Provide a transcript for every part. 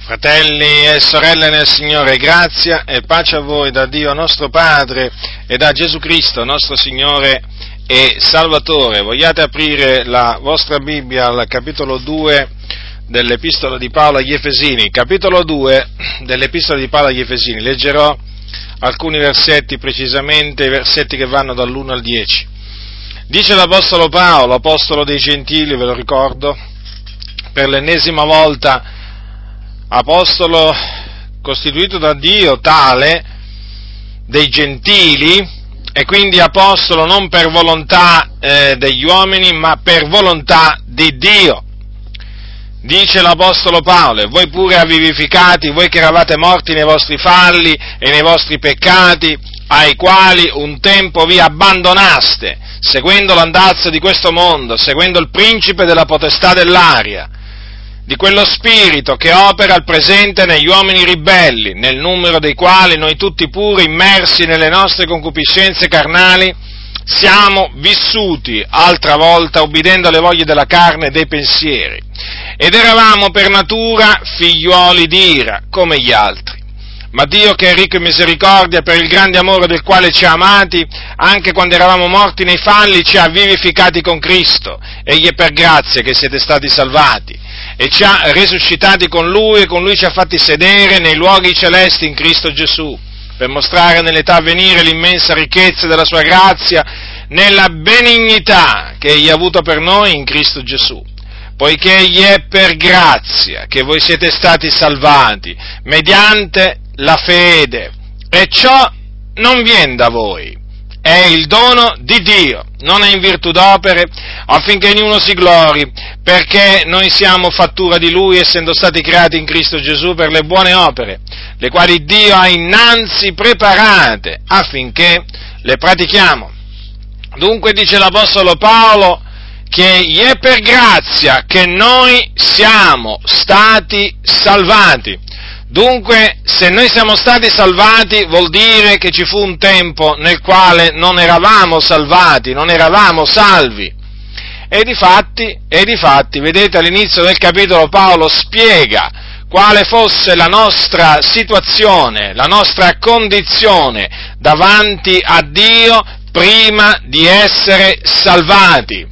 Fratelli e sorelle nel Signore, grazia e pace a voi da Dio nostro Padre e da Gesù Cristo, nostro Signore e Salvatore. Vogliate aprire la vostra Bibbia al capitolo 2 dell'Epistola di Paolo agli Efesini. Capitolo 2 dell'Epistola di Paolo agli Efesini. Leggerò alcuni versetti, precisamente i versetti che vanno dall'1 al 10. Dice l'Apostolo Paolo, apostolo dei Gentili, ve lo ricordo, per l'ennesima volta, apostolo costituito da Dio tale dei Gentili, e quindi apostolo non per volontà degli uomini, ma per volontà di Dio. Dice l'Apostolo Paolo: e voi pure avvivificati, voi che eravate morti nei vostri falli e nei vostri peccati, ai quali un tempo vi abbandonaste, seguendo l'andazzo di questo mondo, seguendo il principe della potestà dell'aria, di quello spirito che opera al presente negli uomini ribelli, nel numero dei quali noi tutti pure, immersi nelle nostre concupiscenze carnali, siamo vissuti altra volta ubbidendo alle voglie della carne e dei pensieri, ed eravamo per natura figliuoli di ira, come gli altri. Ma Dio, che è ricco in misericordia, per il grande amore del quale ci ha amati, anche quando eravamo morti nei falli, ci ha vivificati con Cristo. Egli è per grazia che siete stati salvati, e ci ha risuscitati con Lui, e con Lui ci ha fatti sedere nei luoghi celesti in Cristo Gesù, per mostrare nell'età a venire l'immensa ricchezza della Sua grazia, nella benignità che Egli ha avuto per noi in Cristo Gesù. Poiché Egli è per grazia che voi siete stati salvati, mediante la fede, e ciò non viene da voi, è il dono di Dio, non è in virtù d'opere, affinché ognuno si glori, perché noi siamo fattura di Lui, essendo stati creati in Cristo Gesù per le buone opere, le quali Dio ha innanzi preparate, affinché le pratichiamo. Dunque dice l'Apostolo Paolo che gli è per grazia che noi siamo stati salvati. Dunque, se noi siamo stati salvati, vuol dire che ci fu un tempo nel quale non eravamo salvati, non eravamo salvi. E difatti, vedete, all'inizio del capitolo Paolo spiega quale fosse la nostra situazione, la nostra condizione davanti a Dio prima di essere salvati.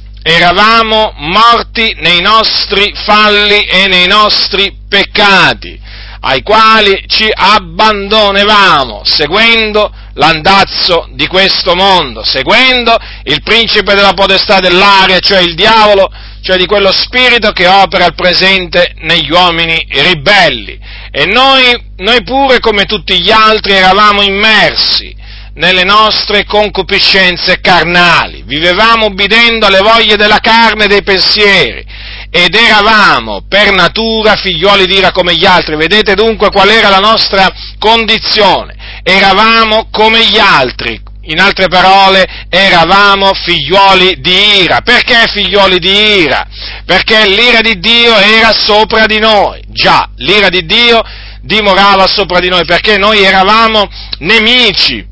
Eravamo morti nei nostri falli e nei nostri peccati, ai quali ci abbandonavamo, seguendo l'andazzo di questo mondo, seguendo il principe della potestà dell'aria, cioè il diavolo, cioè di quello spirito che opera al presente negli uomini ribelli. E noi pure, come tutti gli altri, eravamo immersi nelle nostre concupiscenze carnali, vivevamo ubbidendo alle voglie della carne e dei pensieri, ed eravamo per natura figliuoli di ira come gli altri. Vedete dunque qual era la nostra condizione? Eravamo come gli altri, in altre parole, eravamo figliuoli di ira. Perché figliuoli di ira? Perché l'ira di Dio era sopra di noi, già, l'ira di Dio dimorava sopra di noi, perché noi eravamo nemici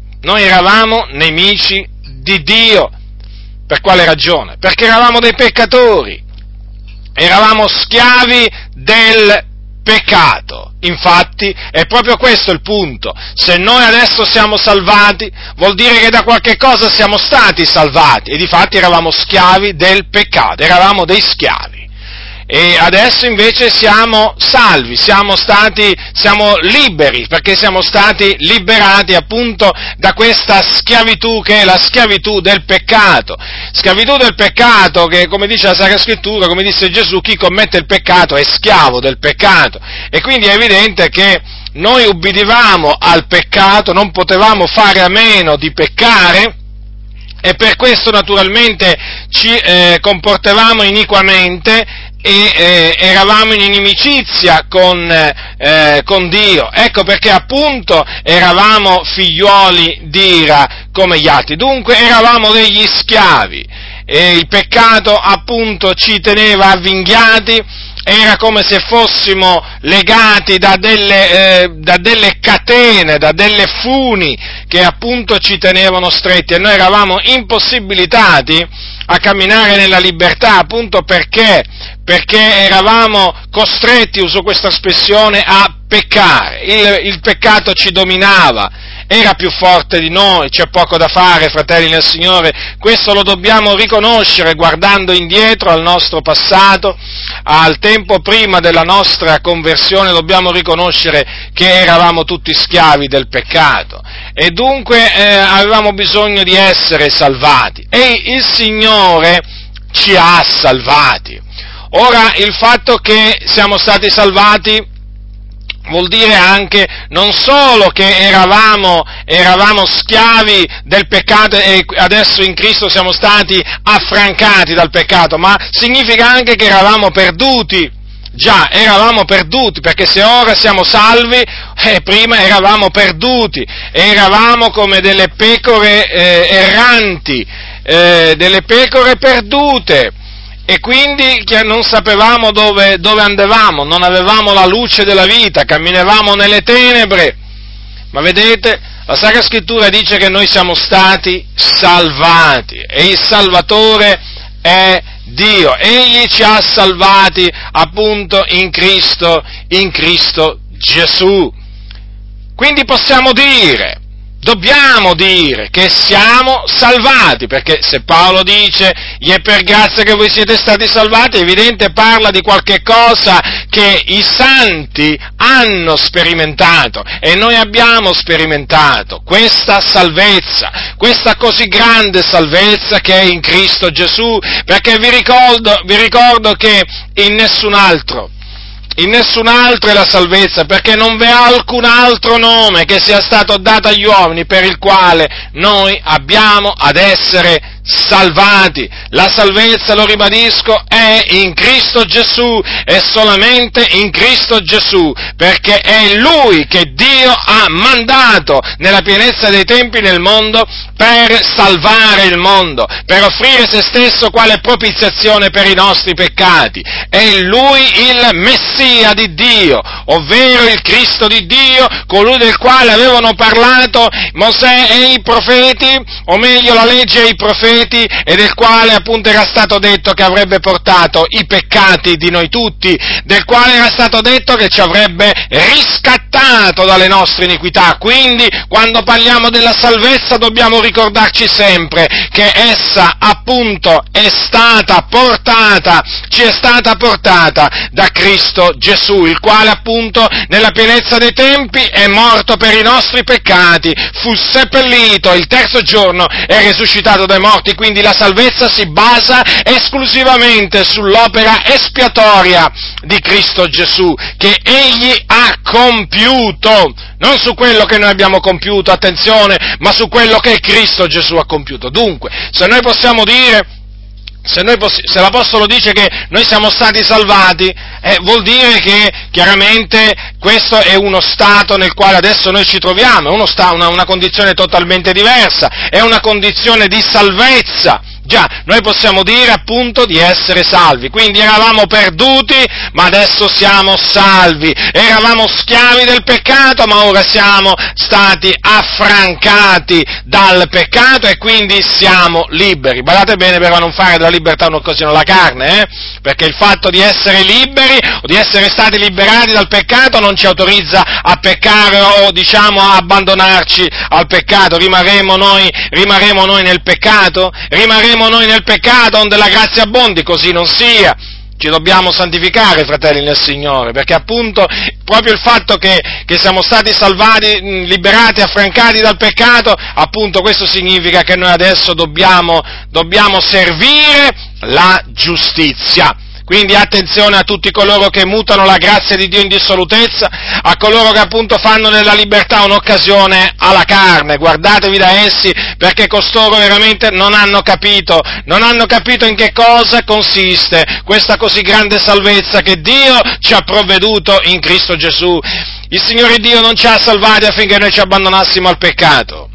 di Dio. Per quale ragione? Perché eravamo dei peccatori, eravamo schiavi del peccato. Infatti è proprio questo il punto: se noi adesso siamo salvati, vuol dire che da qualche cosa siamo stati salvati, e difatti eravamo schiavi del peccato, eravamo dei schiavi. E adesso invece siamo salvi, siamo liberi, perché siamo stati liberati appunto da questa schiavitù che è la schiavitù del peccato. Schiavitù del peccato che, come dice la Sacra Scrittura, come disse Gesù, chi commette il peccato è schiavo del peccato. E quindi è evidente che noi ubbidivamo al peccato, non potevamo fare a meno di peccare, e per questo naturalmente ci comportavamo iniquamente e eravamo in inimicizia con Dio. Ecco perché appunto eravamo figliuoli di ira come gli altri. Dunque eravamo degli schiavi, e il peccato appunto ci teneva avvinghiati era come se fossimo legati da delle catene, da delle funi che appunto ci tenevano stretti, e noi eravamo impossibilitati a camminare nella libertà, appunto perché eravamo costretti, uso questa espressione, a peccare. Il peccato ci dominava, era più forte di noi, c'è poco da fare, fratelli nel Signore, questo lo dobbiamo riconoscere guardando indietro al nostro passato, al tempo prima della nostra conversione, dobbiamo riconoscere che eravamo tutti schiavi del peccato e dunque avevamo bisogno di essere salvati, e il Signore ci ha salvati. Ora, il fatto che siamo stati salvati vuol dire anche non solo che eravamo schiavi del peccato e adesso in Cristo siamo stati affrancati dal peccato, ma significa anche che eravamo perduti. Già, eravamo perduti, perché se ora siamo salvi, prima eravamo perduti, eravamo come delle pecore erranti, delle pecore perdute. E quindi non sapevamo dove andavamo, non avevamo la luce della vita, camminavamo nelle tenebre. Ma vedete, la Sacra Scrittura dice che noi siamo stati salvati, e il Salvatore è Dio. Egli ci ha salvati appunto in Cristo Gesù. Quindi dobbiamo dire che siamo salvati, perché se Paolo dice gli è per grazia che voi siete stati salvati, è evidente, parla di qualche cosa che i santi hanno sperimentato, e noi abbiamo sperimentato questa salvezza, questa così grande salvezza che è in Cristo Gesù, perché vi ricordo che in nessun altro è la salvezza, perché non v'è alcun altro nome che sia stato dato agli uomini per il quale noi abbiamo ad essere salvati. La salvezza, lo ribadisco, è in Cristo Gesù, è solamente in Cristo Gesù, perché è Lui che Dio ha mandato nella pienezza dei tempi nel mondo per salvare il mondo, per offrire se stesso quale propiziazione per i nostri peccati. È Lui il Messia di Dio, ovvero il Cristo di Dio, colui del quale avevano parlato Mosè e i profeti, o meglio la legge e i profeti, e del quale appunto era stato detto che avrebbe portato i peccati di noi tutti, del quale era stato detto che ci avrebbe riscattato dalle nostre iniquità. Quindi, quando parliamo della salvezza, dobbiamo ricordarci sempre che essa appunto ci è stata portata da Cristo Gesù, il quale appunto nella pienezza dei tempi è morto per i nostri peccati, fu seppellito, il terzo giorno è risuscitato dai morti. Quindi la salvezza si basa esclusivamente sull'opera espiatoria di Cristo Gesù, che Egli ha compiuto, non su quello che noi abbiamo compiuto, attenzione, ma su quello che Cristo Gesù ha compiuto. Dunque, se l'Apostolo dice che noi siamo stati salvati, vuol dire che chiaramente questo è uno stato nel quale adesso noi ci troviamo, una condizione totalmente diversa, è una condizione di salvezza. Già, noi possiamo dire appunto di essere salvi, quindi eravamo perduti, ma adesso siamo salvi, eravamo schiavi del peccato, ma ora siamo stati affrancati dal peccato e quindi siamo liberi. Badate bene però a non fare della libertà un'occasione alla carne, perché il fatto di essere liberi o di essere stati liberati dal peccato non ci autorizza a peccare o diciamo a abbandonarci al peccato. Rimarremo noi nel peccato? Rimarremo noi nel peccato onde la grazia abbondi? Così non sia. Ci dobbiamo santificare, fratelli nel Signore, perché appunto proprio il fatto che siamo stati salvati, liberati, affrancati dal peccato, appunto questo significa che noi adesso dobbiamo servire la giustizia. Quindi attenzione a tutti coloro che mutano la grazia di Dio in dissolutezza, a coloro che appunto fanno della libertà un'occasione alla carne, guardatevi da essi, perché costoro veramente non hanno capito in che cosa consiste questa così grande salvezza che Dio ci ha provveduto in Cristo Gesù. Il Signore Dio non ci ha salvati affinché noi ci abbandonassimo al peccato.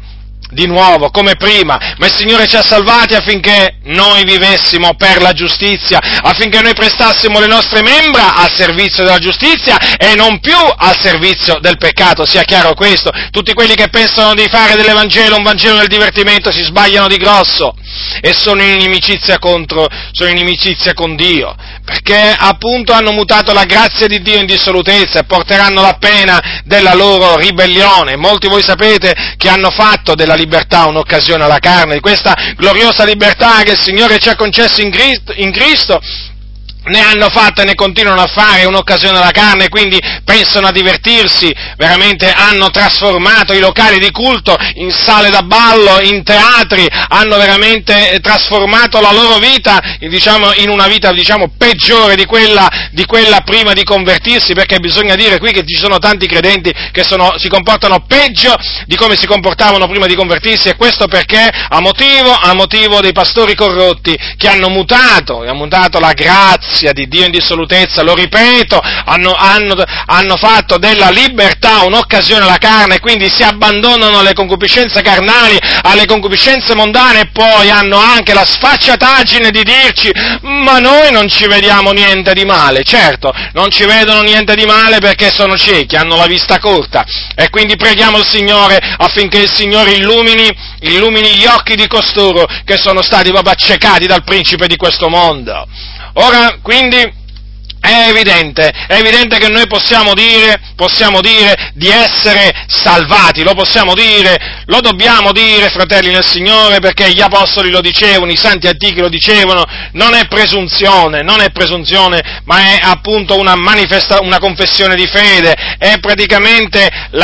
di nuovo, come prima, ma il Signore ci ha salvati affinché noi vivessimo per la giustizia, affinché noi prestassimo le nostre membra al servizio della giustizia e non più al servizio del peccato, sia chiaro questo. Tutti quelli che pensano di fare dell'Evangelo un Vangelo del divertimento si sbagliano di grosso e sono in inimicizia con Dio, perché appunto hanno mutato la grazia di Dio in dissolutezza e porteranno la pena della loro ribellione. Molti voi sapete che hanno fatto della libertà un'occasione alla carne, di questa gloriosa libertà che il Signore ci ha concesso in Cristo, ne hanno fatta e ne continuano a fare un'occasione alla carne, quindi pensano a divertirsi, veramente hanno trasformato i locali di culto in sale da ballo, in teatri, hanno veramente trasformato la loro vita, in una vita, peggiore di quella prima di convertirsi, perché bisogna dire qui che ci sono tanti credenti che si comportano peggio di come si comportavano prima di convertirsi, e questo perché a motivo dei pastori corrotti che hanno mutato la grazia di Dio in dissolutezza, lo ripeto, hanno fatto della libertà un'occasione alla carne, quindi si abbandonano alle concupiscenze carnali, alle concupiscenze mondane, e poi hanno anche la sfacciataggine di dirci: ma noi non ci vediamo niente di male. Certo, non ci vedono niente di male perché sono ciechi, hanno la vista corta, e quindi preghiamo il Signore affinché il Signore illumini gli occhi di costoro che sono stati proprio accecati dal principe di questo mondo. Ora, quindi, è evidente che noi possiamo dire di essere salvati, lo dobbiamo dire, fratelli nel Signore, perché gli apostoli lo dicevano, i santi antichi lo dicevano, non è presunzione, ma è appunto una confessione di fede, è praticamente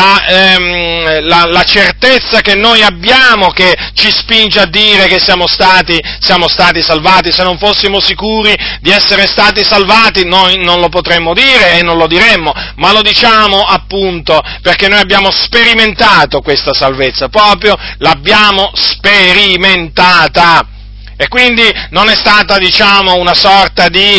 la certezza che noi abbiamo che ci spinge a dire che siamo stati salvati. Se non fossimo sicuri di essere stati salvati, noi non lo potremmo dire e non lo diremmo, ma lo diciamo appunto perché noi abbiamo sperimentato questa salvezza, proprio l'abbiamo sperimentata. E quindi non è stata, una sorta di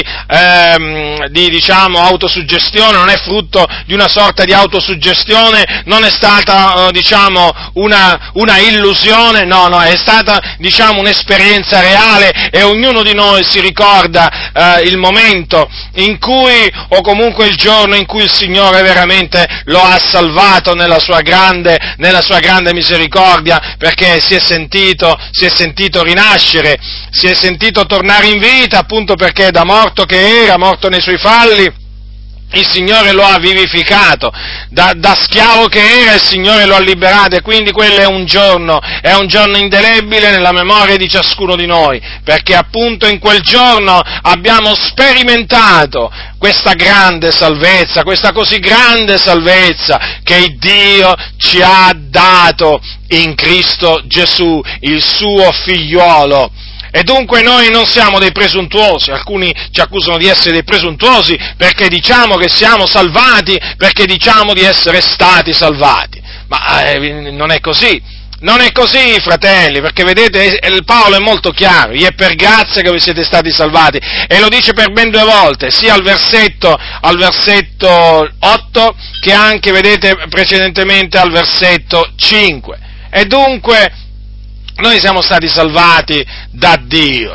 autosuggestione, non è frutto di una sorta di autosuggestione, non è stata, una illusione, no, è stata, un'esperienza reale, e ognuno di noi si ricorda il momento in cui, o comunque il giorno in cui il Signore veramente lo ha salvato nella sua grande misericordia, perché si è sentito rinascere, si è sentito tornare in vita, appunto perché da morto che era, morto nei suoi falli, il Signore lo ha vivificato, da schiavo che era il Signore lo ha liberato, e quindi quello è un giorno indelebile nella memoria di ciascuno di noi, perché appunto in quel giorno abbiamo sperimentato questa grande salvezza, questa così grande salvezza che Dio ci ha dato in Cristo Gesù, il suo figliuolo. E dunque noi non siamo dei presuntuosi, alcuni ci accusano di essere dei presuntuosi perché diciamo che siamo salvati, perché diciamo di essere stati salvati, ma non è così, fratelli, perché vedete, Paolo è molto chiaro: è per grazia che voi siete stati salvati, e lo dice per ben 2 volte, sia al versetto 8 che anche, vedete, precedentemente al versetto 5, e dunque noi siamo stati salvati da Dio,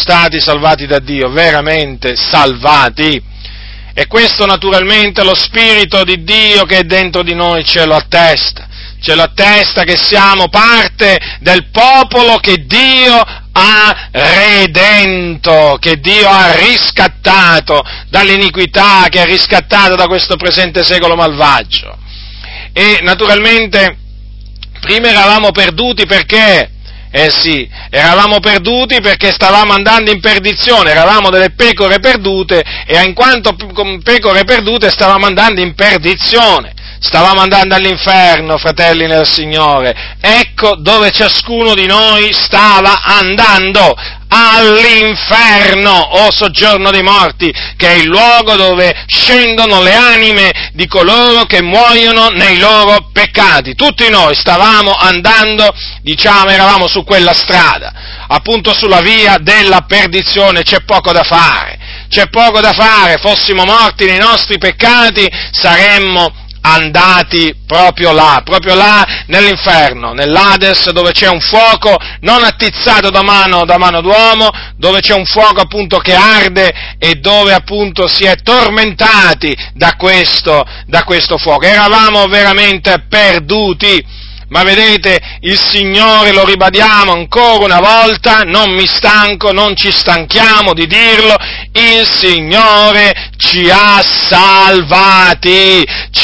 veramente salvati, e questo naturalmente lo Spirito di Dio che è dentro di noi ce lo attesta che siamo parte del popolo che Dio ha redento, che Dio ha riscattato dall'iniquità, che ha riscattato da questo presente secolo malvagio. E naturalmente prima eravamo perduti perché? Eravamo perduti perché stavamo andando in perdizione, eravamo delle pecore perdute, e in quanto pecore perdute stavamo andando in perdizione, stavamo andando all'inferno, fratelli nel Signore. Ecco dove ciascuno di noi stava andando: all'inferno, o soggiorno dei morti, che è il luogo dove scendono le anime di coloro che muoiono nei loro peccati. Tutti noi stavamo andando, eravamo su quella strada, appunto sulla via della perdizione. C'è poco da fare, fossimo morti nei nostri peccati, saremmo andati proprio là nell'inferno, nell'Hades, dove c'è un fuoco non attizzato da mano d'uomo, dove c'è un fuoco appunto che arde e dove appunto si è tormentati da questo fuoco. Eravamo veramente perduti. Ma vedete, il Signore, lo ribadiamo ancora una volta, non ci stanchiamo di dirlo, il Signore ci ha salvati,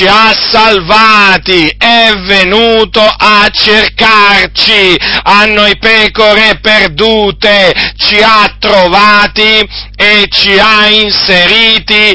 è venuto a cercarci, a noi pecore perdute, ci ha trovati e ci ha inseriti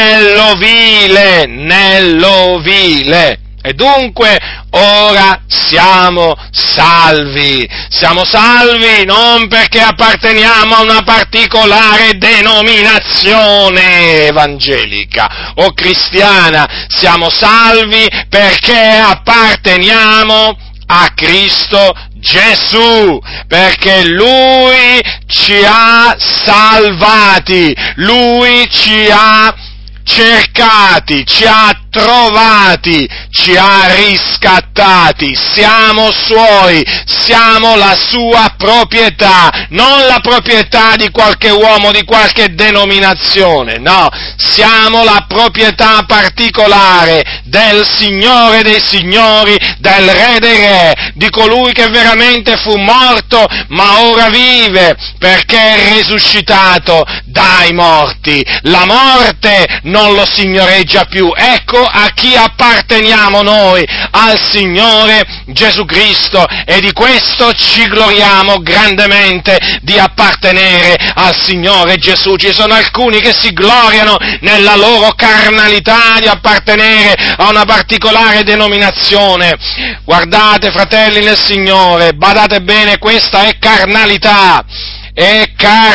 nell'ovile. E dunque ora siamo salvi non perché apparteniamo a una particolare denominazione evangelica o cristiana, siamo salvi perché apparteniamo a Cristo Gesù, perché Lui ci ha salvati, Lui ci ha cercati, ci ha trovati, ci ha riscattati, siamo Suoi, siamo la Sua proprietà, non la proprietà di qualche uomo, di qualche denominazione, no, siamo la proprietà particolare del Signore dei Signori, del Re dei Re, di colui che veramente fu morto, ma ora vive, perché è risuscitato dai morti. La morte non lo signoreggia più. Ecco a chi apparteniamo noi, al Signore Gesù Cristo, e di questo ci gloriamo grandemente, di appartenere al Signore Gesù. Ci sono alcuni che si gloriano nella loro carnalità di appartenere a una particolare denominazione. Guardate, fratelli nel Signore, badate bene, questa è carnalità. È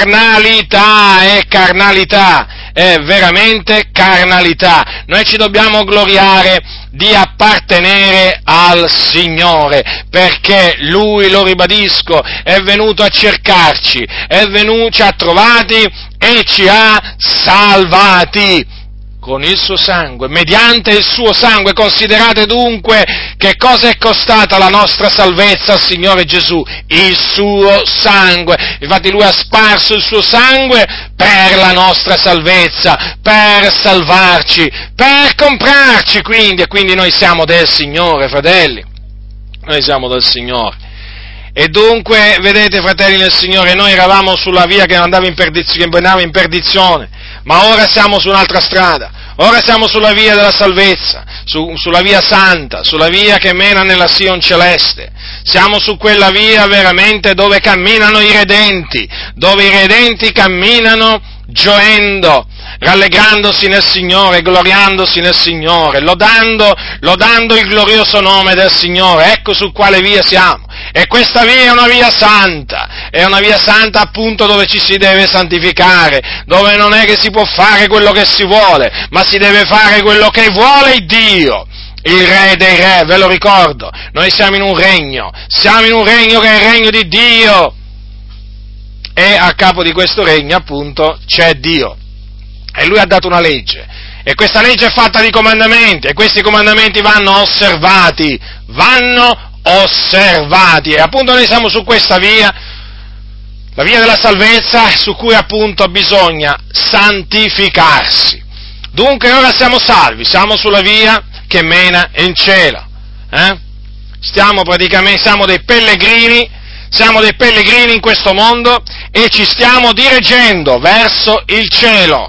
veramente carnalità. Noi ci dobbiamo gloriare di appartenere al Signore, perché Lui, lo ribadisco, è venuto a cercarci, ci ha trovati e ci ha salvati con il suo sangue, mediante il suo sangue. Considerate dunque che cosa è costata la nostra salvezza al Signore Gesù, il suo sangue. Infatti Lui ha sparso il suo sangue per la nostra salvezza, per salvarci, per comprarci quindi, e quindi noi siamo del Signore, fratelli, noi siamo del Signore. E dunque, vedete, fratelli nel Signore, noi eravamo sulla via che andava in perdizione, ma ora siamo su un'altra strada, ora siamo sulla via della salvezza, sulla via santa, sulla via che mena nella Sion celeste. Siamo su quella via veramente dove camminano i redenti, dove i redenti camminano gioendo, rallegrandosi nel Signore, gloriandosi nel Signore, lodando il glorioso nome del Signore. Ecco su quale via siamo. E questa via è una via santa appunto dove ci si deve santificare, dove non è che si può fare quello che si vuole, ma si deve fare quello che vuole Dio, il Re dei Re, ve lo ricordo. Noi siamo in un regno che è il regno di Dio, e a capo di questo regno appunto c'è Dio, e Lui ha dato una legge, e questa legge è fatta di comandamenti, e questi comandamenti vanno osservati, e appunto noi siamo su questa via, la via della salvezza, su cui appunto bisogna santificarsi. Dunque ora siamo salvi, siamo sulla via che mena in cielo, siamo dei pellegrini in questo mondo e ci stiamo dirigendo verso il cielo,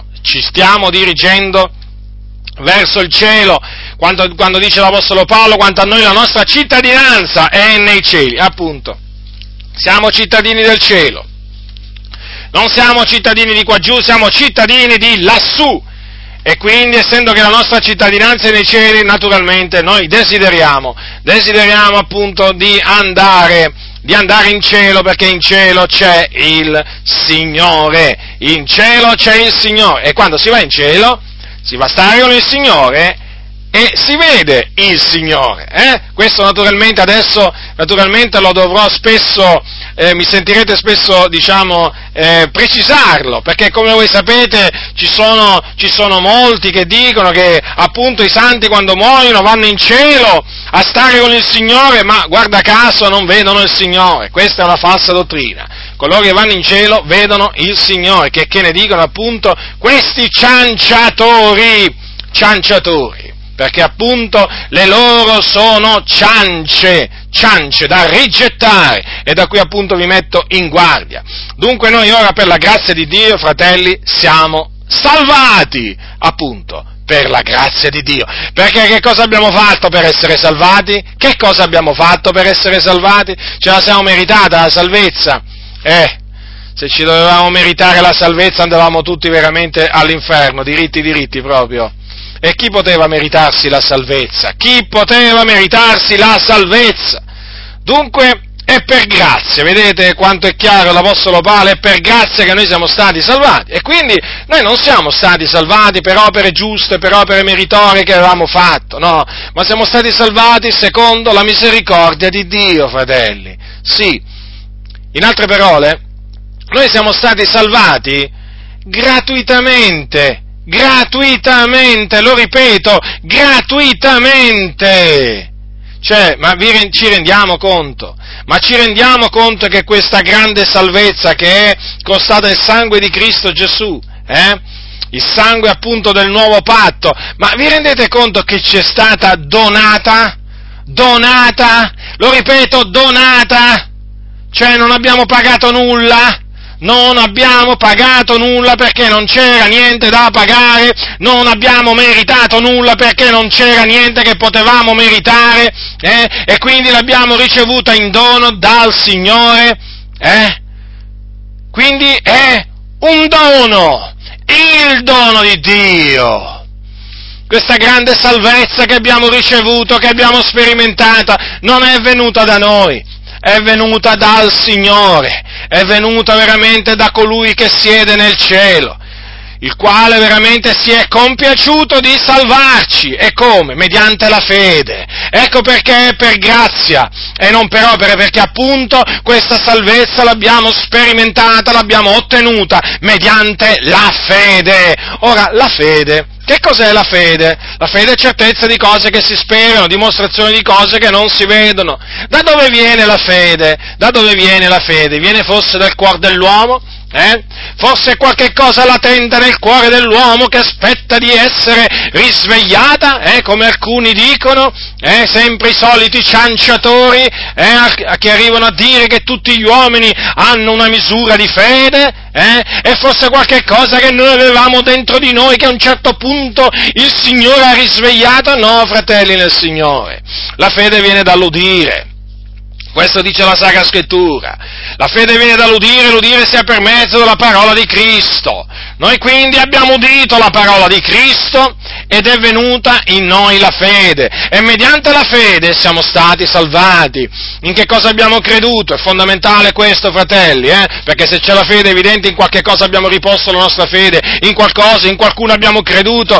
quando dice l'Apostolo Paolo, quanto a noi la nostra cittadinanza è nei cieli, appunto, siamo cittadini del cielo, non siamo cittadini di qua giù, siamo cittadini di lassù, e quindi, essendo che la nostra cittadinanza è nei cieli, naturalmente noi desideriamo appunto di andare in cielo, perché in cielo c'è il Signore, e quando si va in cielo si va a stare con il Signore, e si vede il Signore. Questo naturalmente adesso lo dovrò spesso, mi sentirete spesso, precisarlo, perché come voi sapete ci sono molti che dicono che appunto i santi quando muoiono vanno in cielo a stare con il Signore, ma guarda caso non vedono il Signore. Questa è una falsa dottrina. Coloro che vanno in cielo vedono il Signore, che ne dicono appunto questi cianciatori, perché appunto le loro sono ciance da rigettare, e da cui appunto vi metto in guardia. Dunque noi ora, per la grazia di Dio, fratelli, siamo salvati, appunto, per la grazia di Dio. Perché che cosa abbiamo fatto per essere salvati? Che cosa abbiamo fatto per essere salvati? Ce la siamo meritata la salvezza? Se ci dovevamo meritare la salvezza andavamo tutti veramente all'inferno, diritti proprio. E chi poteva meritarsi la salvezza? Chi poteva meritarsi la salvezza? Dunque, è per grazia, vedete quanto è chiaro l'Apostolo Paolo, è per grazia che noi siamo stati salvati, e quindi noi non siamo stati salvati per opere giuste, per opere meritorie che avevamo fatto, no, ma siamo stati salvati secondo la misericordia di Dio, fratelli, sì. In altre parole, noi siamo stati salvati gratuitamente, lo ripeto, gratuitamente. Cioè, ci rendiamo conto? Ma ci rendiamo conto che questa grande salvezza che è costata il sangue di Cristo Gesù, il sangue appunto del nuovo patto, ma vi rendete conto che ci è stata donata? Lo ripeto, donata? Cioè non abbiamo pagato nulla? Non abbiamo pagato nulla perché non c'era niente da pagare, non abbiamo meritato nulla perché non c'era niente che potevamo meritare, e quindi l'abbiamo ricevuta in dono dal Signore, Quindi è un dono, il dono di Dio. Questa grande salvezza che abbiamo ricevuto, che abbiamo sperimentata, non è venuta da noi, è venuta dal Signore, è venuta veramente da colui che siede nel cielo, il quale veramente si è compiaciuto di salvarci. E come? Mediante la fede. Ecco perché è per grazia e non per opere, perché appunto questa salvezza l'abbiamo sperimentata, l'abbiamo ottenuta mediante la fede. Ora, la fede, che cos'è la fede? La fede è certezza di cose che si sperano, dimostrazione di cose che non si vedono. Da dove viene la fede? Viene forse dal cuore dell'uomo? Forse è qualche cosa latente nel cuore dell'uomo che aspetta di essere risvegliata, come alcuni dicono, sempre i soliti cianciatori, che arrivano a dire che tutti gli uomini hanno una misura di fede, e forse qualche cosa che noi avevamo dentro di noi che a un certo punto il Signore ha risvegliato. No, fratelli nel Signore, la fede viene dall'udire. Questo dice la Sacra Scrittura. La fede viene dall'udire, l'udire sia per mezzo della parola di Cristo. Noi quindi abbiamo udito la parola di Cristo ed è venuta in noi la fede. E mediante la fede siamo stati salvati. In che cosa abbiamo creduto? È fondamentale questo, fratelli, perché se c'è la fede è evidente in qualche cosa abbiamo riposto la nostra fede, in qualcuno abbiamo creduto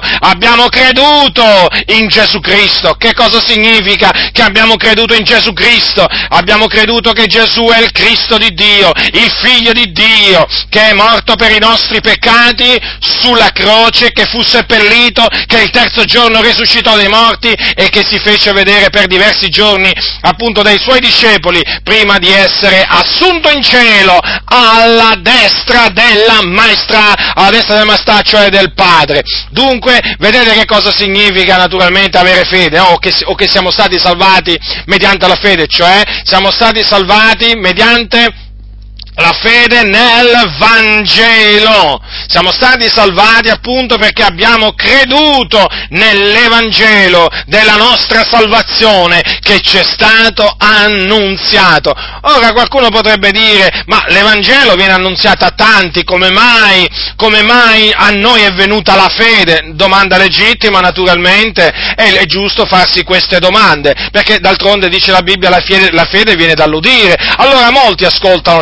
in Gesù Cristo. Che cosa significa che abbiamo creduto in Gesù Cristo? Abbiamo creduto che Gesù è il Cristo di Dio, il Figlio di Dio, che è morto per i nostri peccati sulla croce, che fu seppellito, che il terzo giorno risuscitò dai morti e che si fece vedere per diversi giorni appunto dai suoi discepoli prima di essere assunto in cielo alla destra della maestà, cioè del Padre. Dunque, vedete che cosa significa naturalmente avere fede, o che siamo stati salvati mediante la fede, cioè siamo stati salvati mediante la fede nel Vangelo. Siamo stati salvati appunto perché abbiamo creduto nell'Evangelo della nostra salvazione che ci è stato annunziato. Ora qualcuno potrebbe dire, ma l'Evangelo viene annunziato a tanti, come mai a noi è venuta la fede? Domanda legittima naturalmente, è giusto farsi queste domande, perché d'altronde dice la Bibbia la fede viene dall'udire. Allora molti ascoltano l'Evangelo,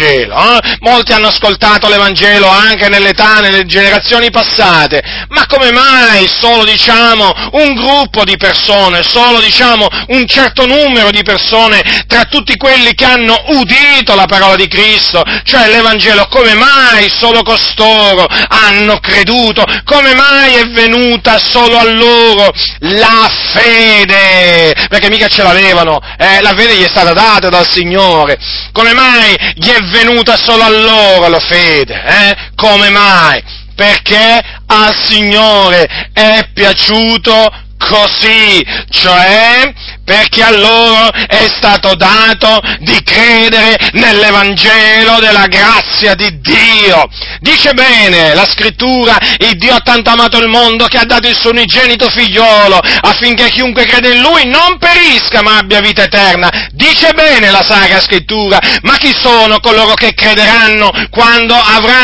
l'Evangelo, molti hanno ascoltato l'Evangelo anche nelle generazioni passate, ma come mai solo, un gruppo di persone, solo, un certo numero di persone tra tutti quelli che hanno udito la parola di Cristo, cioè l'Evangelo, come mai solo costoro hanno creduto? Come mai è venuta solo a loro la fede? Perché mica ce l'avevano, la fede gli è stata data dal Signore. Come mai gli è venuta solo a loro la fede? Come mai? Perché al Signore è piaciuto così, cioè perché a loro è stato dato di credere nell'Evangelo della grazia di Dio. Dice bene la Scrittura: il Dio ha tanto amato il mondo che ha dato il suo unigenito figliolo, affinché chiunque crede in Lui non perisca ma abbia vita eterna. Dice bene la Sacra Scrittura, ma chi sono coloro che crederanno quando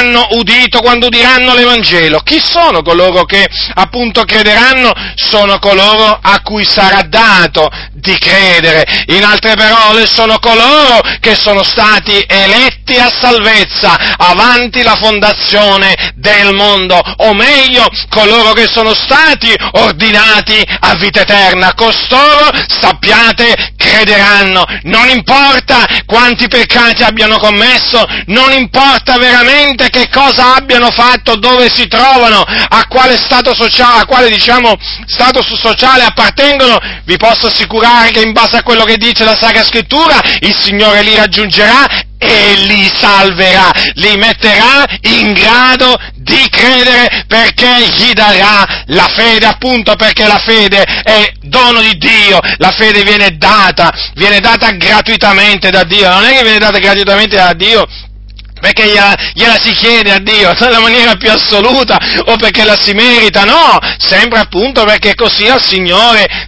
udiranno l'Evangelo? Chi sono coloro che appunto crederanno? Sono coloro a cui sarà dato di credere. In altre parole, sono coloro che sono stati eletti a salvezza avanti la fondazione del mondo, o meglio, coloro che sono stati ordinati a vita eterna. Costoro, sappiate, crederanno. Non importa quanti peccati abbiano commesso, non importa veramente che cosa abbiano fatto, dove si trovano, a quale stato sociale, status sociale appartengono, vi posso assicurare che in base a quello che dice la Sacra Scrittura, il Signore li raggiungerà e li salverà, li metterà in grado di credere, perché gli darà la fede, appunto perché la fede è dono di Dio, la fede viene data gratuitamente da Dio, non è che viene data gratuitamente da Dio perché gliela si chiede a Dio nella maniera più assoluta o perché la si merita, no, sempre appunto perché così al Signore,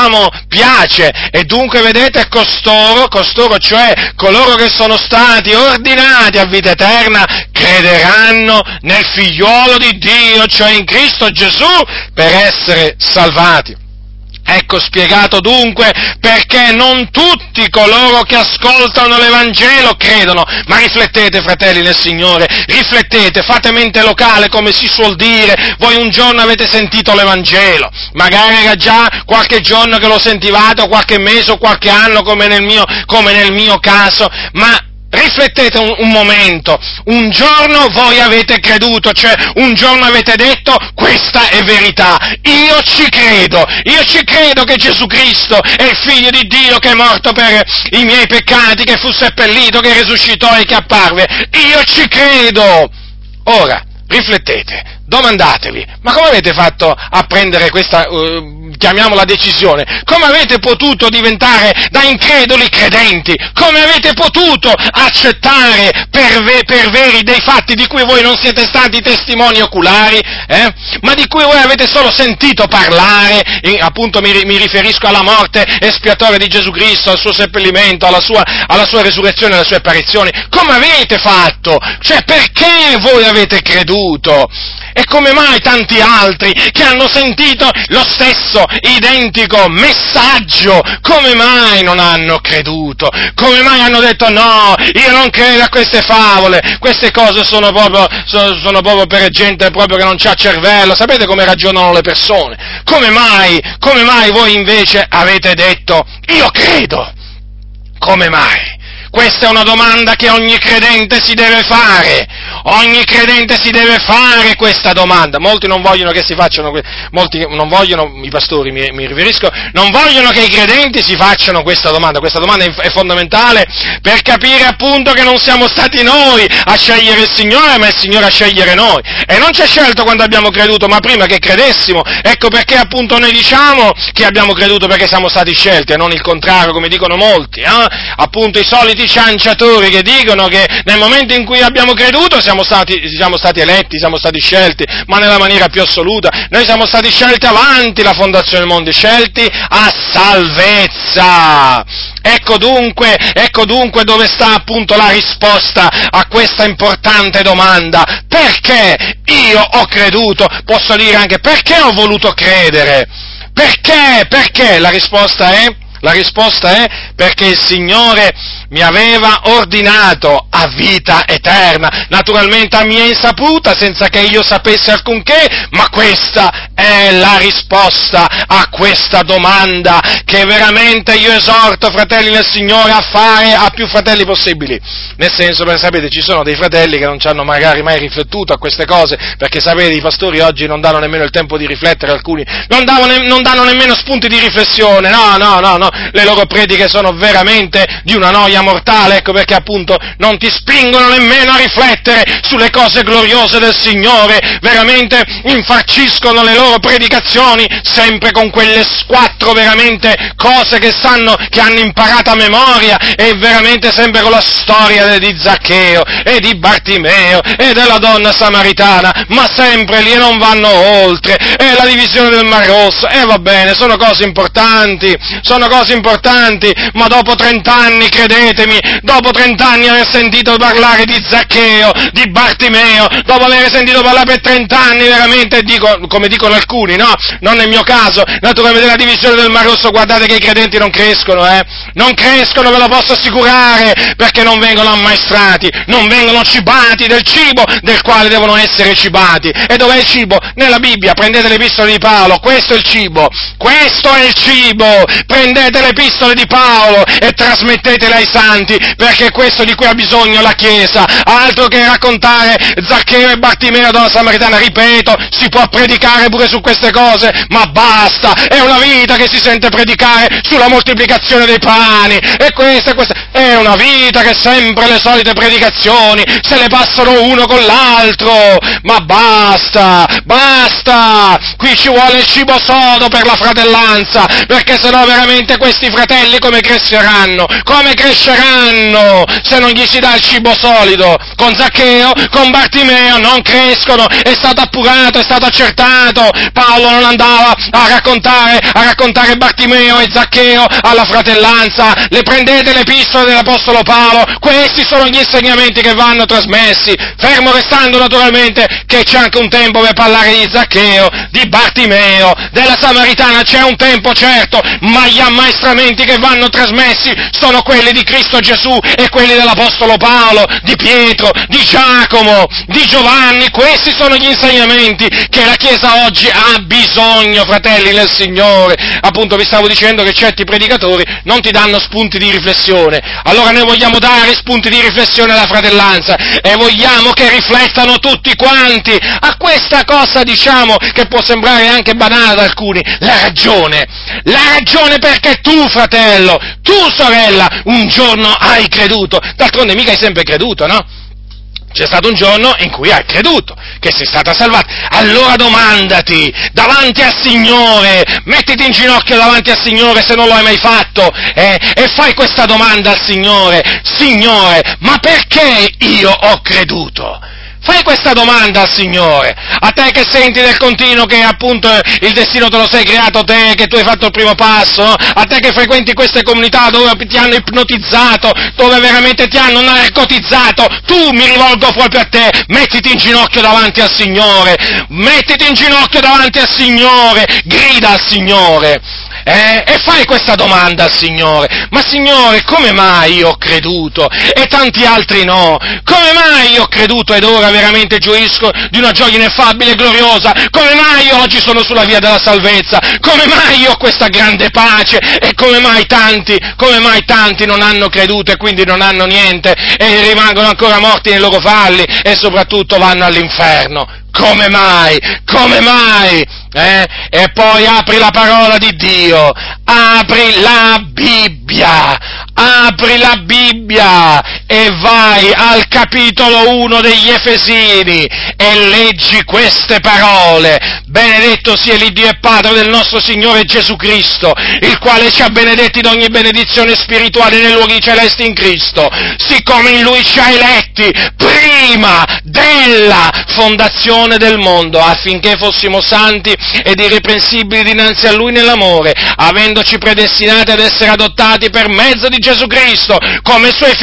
piace. E dunque vedete, costoro, cioè coloro che sono stati ordinati a vita eterna, crederanno nel Figliolo di Dio, cioè in Cristo Gesù, per essere salvati. Ecco spiegato dunque perché non tutti coloro che ascoltano l'Evangelo credono. Ma riflettete, fratelli nel Signore, riflettete, fate mente locale, come si suol dire. Voi un giorno avete sentito l'Evangelo, magari era già qualche giorno che lo sentivate, o qualche mese, o qualche anno, come nel mio caso, ma riflettete un momento, un giorno voi avete creduto, cioè un giorno avete detto: questa è verità, io ci credo che Gesù Cristo è il Figlio di Dio, che è morto per i miei peccati, che fu seppellito, che risuscitò e che apparve, io ci credo. Ora, riflettete, domandatevi: ma come avete fatto a prendere questa, chiamiamola decisione? Come avete potuto diventare da increduli credenti? Come avete potuto accettare per veri dei fatti di cui voi non siete stati testimoni oculari, ma di cui voi avete solo sentito parlare? Appunto mi riferisco alla morte espiatoria di Gesù Cristo, al suo seppellimento, alla sua resurrezione, alle sue apparizioni. Come avete fatto? Cioè, perché voi avete creduto? E come mai tanti altri che hanno sentito lo stesso identico messaggio, come mai non hanno creduto? Come mai hanno detto: no, io non credo a queste favole, queste cose sono proprio per gente proprio che non c'ha cervello? Sapete come ragionano le persone? Come mai voi invece avete detto: io credo? Come mai? Questa è una domanda che ogni credente si deve fare. Ogni credente si deve fare questa domanda. Molti non vogliono che si facciano, molti non vogliono, i pastori mi riferisco, non vogliono che i credenti si facciano questa domanda. Questa domanda è fondamentale per capire appunto che non siamo stati noi a scegliere il Signore, ma il Signore a scegliere noi. E non ci ha scelto quando abbiamo creduto, ma prima che credessimo. Ecco perché appunto noi diciamo che abbiamo creduto perché siamo stati scelti, e non il contrario, come dicono molti. Appunto i soliti cianciatori che dicono che nel momento in cui abbiamo creduto siamo stati eletti, siamo stati scelti, ma nella maniera più assoluta. Noi siamo stati scelti avanti la fondazione del mondo, scelti a salvezza. Ecco dunque dove sta appunto la risposta a questa importante domanda. Perché io ho creduto? Posso dire anche perché ho voluto credere. Perché? Perché? La risposta è La risposta è perché il Signore mi aveva ordinato a vita eterna, naturalmente a mia insaputa, senza che io sapessi alcunché, ma questa è la risposta a questa domanda che veramente io esorto, fratelli nel Signore, a fare a più fratelli possibili. Nel senso, perché sapete, ci sono dei fratelli che non ci hanno magari mai riflettuto a queste cose, perché sapete, i pastori oggi non danno nemmeno il tempo di riflettere, alcuni non danno nemmeno spunti di riflessione, no, le loro prediche sono veramente di una noia mortale, ecco perché appunto non ti spingono nemmeno a riflettere sulle cose gloriose del Signore, veramente infarciscono le loro predicazioni sempre con quelle quattro veramente cose che hanno imparato a memoria, e veramente sempre con la storia di Zaccheo e di Bartimeo e della donna samaritana, ma sempre lì, e non vanno oltre, e la divisione del Mar Rosso, e va bene, sono cose importanti, ma dopo 30 anni, credetemi, dopo 30 anni aver sentito parlare di Zaccheo, di Bartimeo, dopo aver sentito parlare per 30 anni veramente, come dicono alcuni, no? Non nel mio caso, naturalmente la divisione del Mar Rosso, guardate che i credenti non crescono, non crescono, ve lo posso assicurare, perché non vengono ammaestrati, non vengono cibati del cibo del quale devono essere cibati. E dov'è il cibo? Nella Bibbia, prendete le epistole di Paolo, questo è il cibo, prendete le epistole di Paolo e trasmettetele ai santi, perché è questo di cui ha bisogno la Chiesa, altro che raccontare Zaccheo e Bartimeo della Samaritana, ripeto, si può predicare pure su queste cose, ma basta, è una vita che si sente predicare sulla moltiplicazione dei pani, e questa, è una vita che sempre le solite predicazioni, se le passano uno con l'altro, ma basta, qui ci vuole il cibo sodo per la fratellanza, perché sennò veramente questi fratelli come cresceranno, se non gli si dà il cibo solido? Con Zaccheo, con Bartimeo non crescono, è stato appurato, è stato accertato. Paolo non andava a raccontare Bartimeo e Zaccheo alla fratellanza. Le prendete le epistole dell'Apostolo Paolo, questi sono gli insegnamenti che vanno trasmessi, fermo restando naturalmente che c'è anche un tempo per parlare di Zaccheo, di Bartimeo, della Samaritana, c'è un tempo certo, ma gli ammaestramenti che vanno trasmessi sono quelli di Cristo Gesù e quelli dell'Apostolo Paolo, di Pietro, di Giacomo, di Giovanni. Questi sono gli insegnamenti che la Chiesa oggi ha bisogno, fratelli nel Signore. Appunto vi stavo dicendo che certi predicatori non ti danno spunti di riflessione, allora noi vogliamo dare spunti di riflessione alla fratellanza e vogliamo che riflettano tutti quanti a questa cosa, diciamo, che può sembrare anche banale ad alcuni, la ragione perché tu, fratello, tu, sorella, un giorno hai creduto, d'altronde mica hai sempre creduto, no? C'è stato un giorno in cui hai creduto, che sei stata salvata. Allora domandati, davanti al Signore, mettiti in ginocchio davanti al Signore se non lo hai mai fatto, e fai questa domanda al Signore: Signore, ma perché io ho creduto? Fai questa domanda al Signore, a te che senti del continuo che appunto il destino te lo sei creato te, che tu hai fatto il primo passo, no? A te che frequenti queste comunità dove ti hanno ipnotizzato, dove veramente ti hanno narcotizzato, tu, mi rivolgo proprio a te, mettiti in ginocchio davanti al Signore, grida al Signore. E fai questa domanda al Signore: ma Signore, come mai io ho creduto e tanti altri no? Come mai io ho creduto ed ora veramente gioisco di una gioia ineffabile e gloriosa? Come mai io oggi sono sulla via della salvezza? Come mai io ho questa grande pace? E come mai tanti non hanno creduto e quindi non hanno niente e rimangono ancora morti nei loro falli e soprattutto vanno all'inferno? Come mai? E poi apri la parola di Dio, apri la Bibbia e vai al capitolo 1 degli Efesini e leggi queste parole: benedetto sia l'Iddio e Padre del nostro Signore Gesù Cristo, il quale ci ha benedetti d'ogni benedizione spirituale nei luoghi celesti in Cristo, siccome in Lui ci ha eletti prima della fondazione del mondo, affinché fossimo santi ed irreprensibili dinanzi a Lui nell'amore, avendoci predestinati ad essere adottati per mezzo di Gesù Cristo come Suoi figliuoli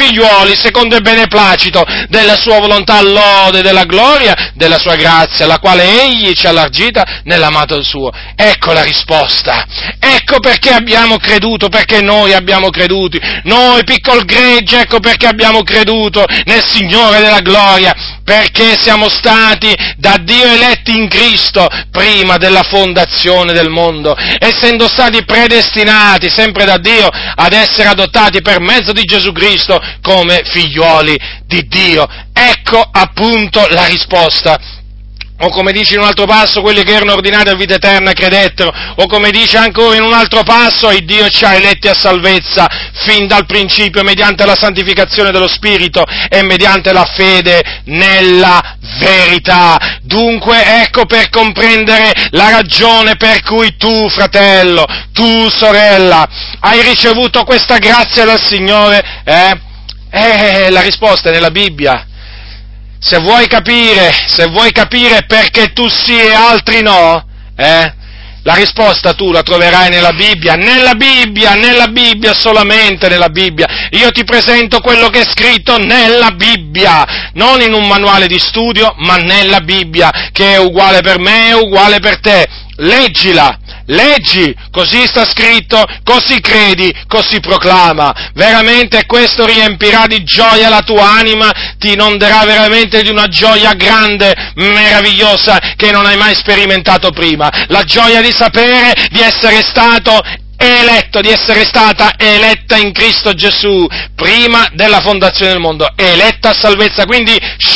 figlioli, secondo il beneplacito della sua volontà, lode della gloria della sua grazia, la quale egli ci ha allargita nell'amato suo. Ecco la risposta, ecco perché abbiamo creduto, perché noi abbiamo creduto, noi piccol gregge, ecco perché abbiamo creduto nel Signore della gloria, perché siamo stati da Dio eletti in Cristo prima della fondazione del mondo, essendo stati predestinati sempre da Dio ad essere adottati per mezzo di Gesù Cristo come figliuoli di Dio. Ecco appunto la risposta. O come dice in un altro passo, quelli che erano ordinati a vita eterna credettero, o come dice ancora in un altro passo, il Dio ci ha eletti a salvezza fin dal principio mediante la santificazione dello Spirito e mediante la fede nella verità. Dunque ecco per comprendere la ragione per cui tu, fratello, tu, sorella, hai ricevuto questa grazia dal Signore, la risposta è nella Bibbia. Se vuoi capire perché tu sì e altri no, la risposta tu la troverai nella Bibbia, solamente nella Bibbia. Io ti presento quello che è scritto nella Bibbia, non in un manuale di studio, ma nella Bibbia, che è uguale per me e uguale per te. Leggila. Leggi, così sta scritto, così credi, così proclama. Veramente questo riempirà di gioia la tua anima, ti inonderà veramente di una gioia grande, meravigliosa, che non hai mai sperimentato prima. La gioia di sapere di essere stato eletto, di essere stata eletta in Cristo Gesù, prima della fondazione del mondo, eletta a salvezza, quindi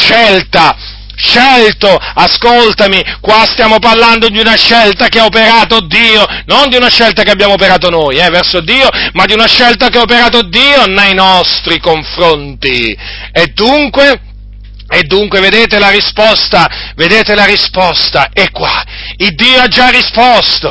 scelto, ascoltami, qua stiamo parlando di una scelta che ha operato Dio, non di una scelta che abbiamo operato noi, verso Dio, ma di una scelta che ha operato Dio nei nostri confronti. E dunque, vedete la risposta, è qua. Il Dio ha già risposto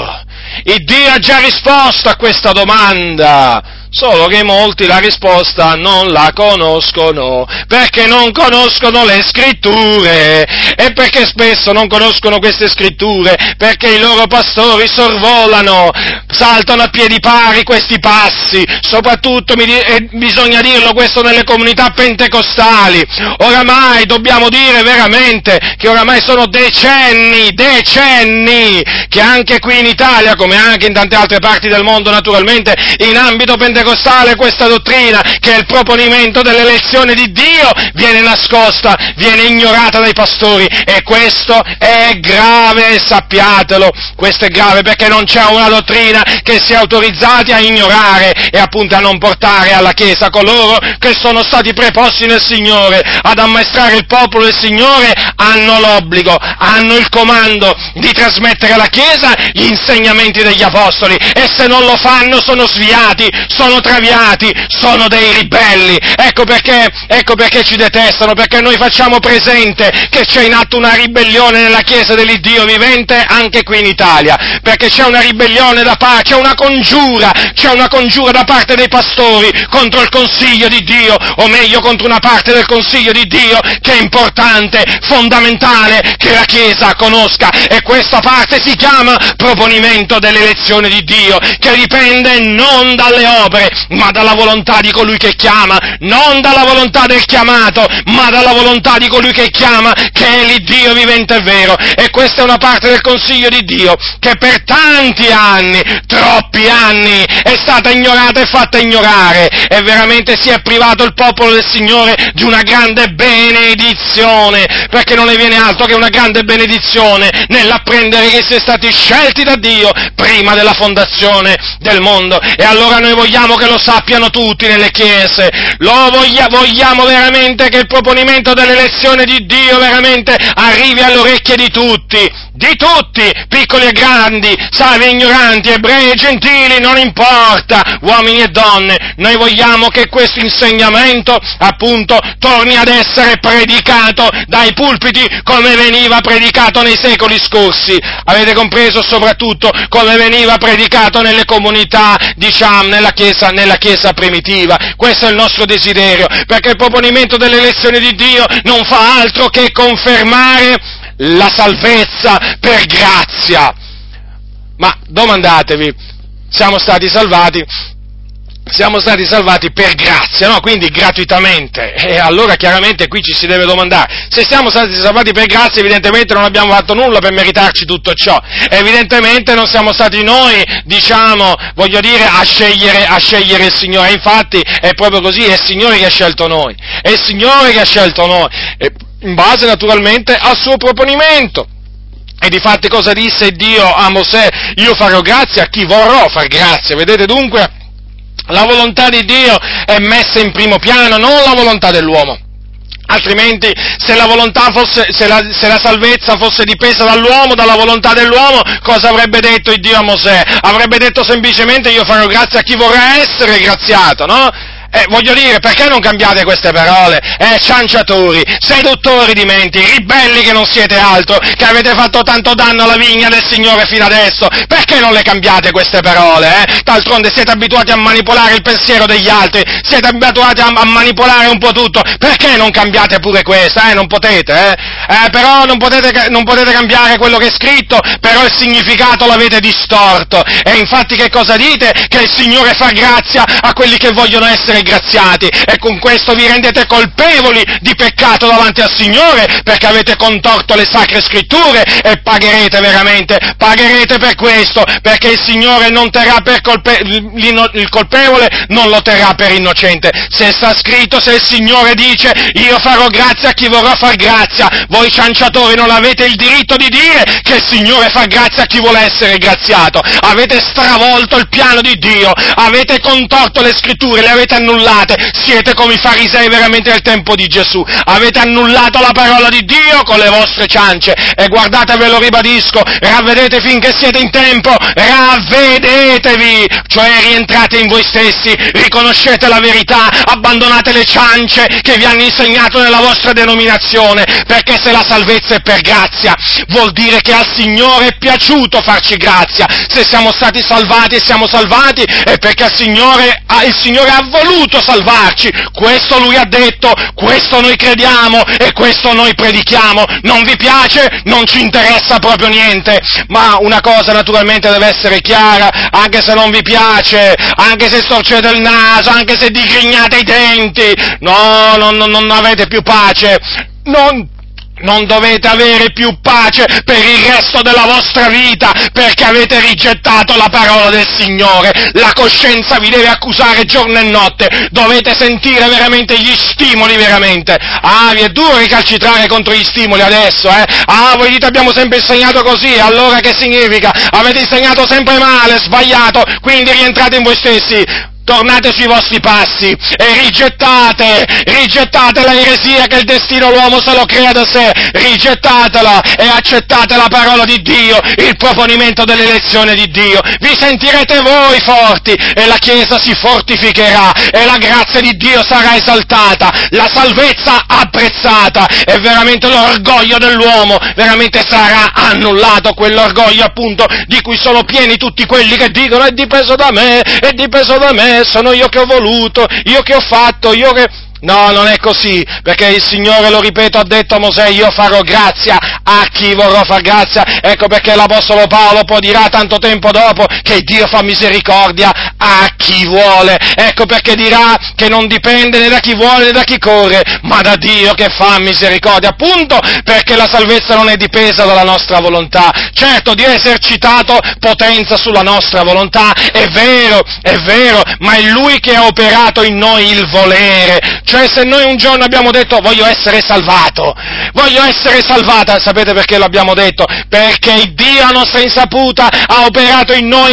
a questa domanda. Solo che molti la risposta non la conoscono, perché non conoscono le scritture, e perché spesso non conoscono queste scritture, perché i loro pastori sorvolano, saltano a piedi pari questi passi, soprattutto bisogna dirlo questo nelle comunità pentecostali. Oramai dobbiamo dire veramente che oramai sono decenni, che anche qui in Italia, come anche in tante altre parti del mondo naturalmente, in ambito pentecostale, questa dottrina, che è il proponimento dell'elezione di Dio, viene nascosta, viene ignorata dai pastori, e questo è grave, sappiatelo, questo è grave, perché non c'è una dottrina che sia autorizzati a ignorare e appunto a non portare alla Chiesa coloro che sono stati preposti nel Signore ad ammaestrare il popolo del Signore. Hanno l'obbligo, hanno il comando di trasmettere alla Chiesa gli insegnamenti degli Apostoli, e se non lo fanno sono sviati, sono traviati, sono dei ribelli. Ecco perché ci detestano, perché noi facciamo presente che c'è in atto una ribellione nella Chiesa dell'Iddio vivente anche qui in Italia, perché c'è una ribellione c'è una congiura da parte dei pastori contro il Consiglio di Dio, o meglio contro una parte del Consiglio di Dio che è importante, fondamentale che la Chiesa conosca, e questa parte si chiama proponimento dell'elezione di Dio, che dipende non dalle opere, ma dalla volontà di colui che chiama, non dalla volontà del chiamato, ma dalla volontà di colui che chiama, che è l'Iddio vivente e vero. E questa è una parte del Consiglio di Dio che per tanti anni, troppi anni, è stata ignorata e fatta ignorare, e veramente si è privato il popolo del Signore di una grande benedizione, perché non ne viene altro che una grande benedizione nell'apprendere che si è stati scelti da Dio prima della fondazione del mondo. E allora noi vogliamo che lo sappiano tutti nelle chiese, vogliamo veramente che il proponimento dell'elezione di Dio veramente arrivi alle orecchie di tutti, piccoli e grandi, savi e ignoranti, ebrei e gentili, non importa, uomini e donne. Noi vogliamo che questo insegnamento appunto torni ad essere predicato dai pulpiti come veniva predicato nei secoli scorsi, avete compreso? Soprattutto come veniva predicato nelle comunità, diciamo, nella Chiesa primitiva. Questo è il nostro desiderio, perché il proponimento dell'elezione di Dio non fa altro che confermare la salvezza per grazia. Ma domandatevi, siamo stati salvati siamo stati salvati per grazia, no? Quindi gratuitamente. E allora chiaramente qui ci si deve domandare, se siamo stati salvati per grazia, evidentemente non abbiamo fatto nulla per meritarci tutto ciò. Evidentemente non siamo stati noi, voglio dire, a scegliere il Signore. Infatti è proprio così, è il Signore che ha scelto noi. È il Signore che ha scelto noi, in base naturalmente al suo proponimento. E difatti cosa disse Dio a Mosè? Io farò grazia a chi vorrò far grazia. Vedete dunque? La volontà di Dio è messa in primo piano, non la volontà dell'uomo. Altrimenti, se la salvezza fosse dipesa dall'uomo, dalla volontà dell'uomo, cosa avrebbe detto il Dio a Mosè? Avrebbe detto semplicemente: io farò grazia a chi vorrà essere graziato, no? Voglio dire, perché non cambiate queste parole? Cianciatori, seduttori di menti, ribelli che non siete altro, che avete fatto tanto danno alla vigna del Signore fino adesso, perché non le cambiate queste parole? D'altronde siete abituati a manipolare il pensiero degli altri, siete abituati a manipolare un po' tutto, perché non cambiate pure questa? Non potete, però non potete cambiare quello che è scritto, però il significato l'avete distorto, e infatti che cosa dite? Che il Signore fa grazia a quelli che vogliono essere graziati, e con questo vi rendete colpevoli di peccato davanti al Signore, perché avete contorto le sacre scritture, e pagherete per questo, perché il Signore non terrà per il colpevole, non lo terrà per innocente. Se sta scritto, se il Signore dice: io farò grazia a chi vorrà far grazia, voi cianciatori non avete il diritto di dire che il Signore fa grazia a chi vuole essere graziato. Avete stravolto il piano di Dio, avete contorto le scritture, le avete annullate, siete come i farisei veramente del tempo di Gesù, avete annullato la parola di Dio con le vostre ciance, e guardate, ve lo ribadisco, ravvedete finché siete in tempo, ravvedetevi, cioè rientrate in voi stessi, riconoscete la verità, abbandonate le ciance che vi hanno insegnato nella vostra denominazione, perché se la salvezza è per grazia, vuol dire che al Signore è piaciuto farci grazia. Se siamo stati salvati e siamo salvati è perché il Signore ha voluto salvarci, questo Lui ha detto, questo noi crediamo e questo noi predichiamo. Non vi piace? Non ci interessa proprio niente, ma una cosa naturalmente deve essere chiara: anche se non vi piace, anche se storcete il naso, anche se digrignate i denti, non avete più pace, non dovete avere più pace per il resto della vostra vita, perché avete rigettato la parola del Signore. La coscienza vi deve accusare giorno e notte, dovete sentire veramente gli stimoli, veramente. Vi è duro ricalcitrare contro gli stimoli adesso, voi dite: abbiamo sempre insegnato così, allora che significa? Avete insegnato sempre male, sbagliato, quindi rientrate in voi stessi. Tornate sui vostri passi e rigettate la eresia che il destino l'uomo se lo crea da sé, rigettatela e accettate la parola di Dio, il proponimento dell'elezione di Dio. Vi sentirete voi forti e la Chiesa si fortificherà e la grazia di Dio sarà esaltata, la salvezza apprezzata, e veramente l'orgoglio dell'uomo veramente sarà annullato, quell'orgoglio appunto di cui sono pieni tutti quelli che dicono: è dipeso da me, sono io che ho voluto, io che ho fatto, io che... No, non è così, perché il Signore, lo ripeto, ha detto a Mosè: io farò grazia a chi vorrò far grazia. Ecco perché l'Apostolo Paolo poi dirà tanto tempo dopo che Dio fa misericordia a chi vuole. Ecco perché dirà che non dipende né da chi vuole né da chi corre, ma da Dio che fa misericordia, appunto perché la salvezza non è dipesa dalla nostra volontà. Certo, Dio ha esercitato potenza sulla nostra volontà, è vero, ma è Lui che ha operato in noi il volere. Cioè, se noi un giorno abbiamo detto: voglio essere salvata, sapete perché l'abbiamo detto? Perché Dio a nostra insaputa ha operato in noi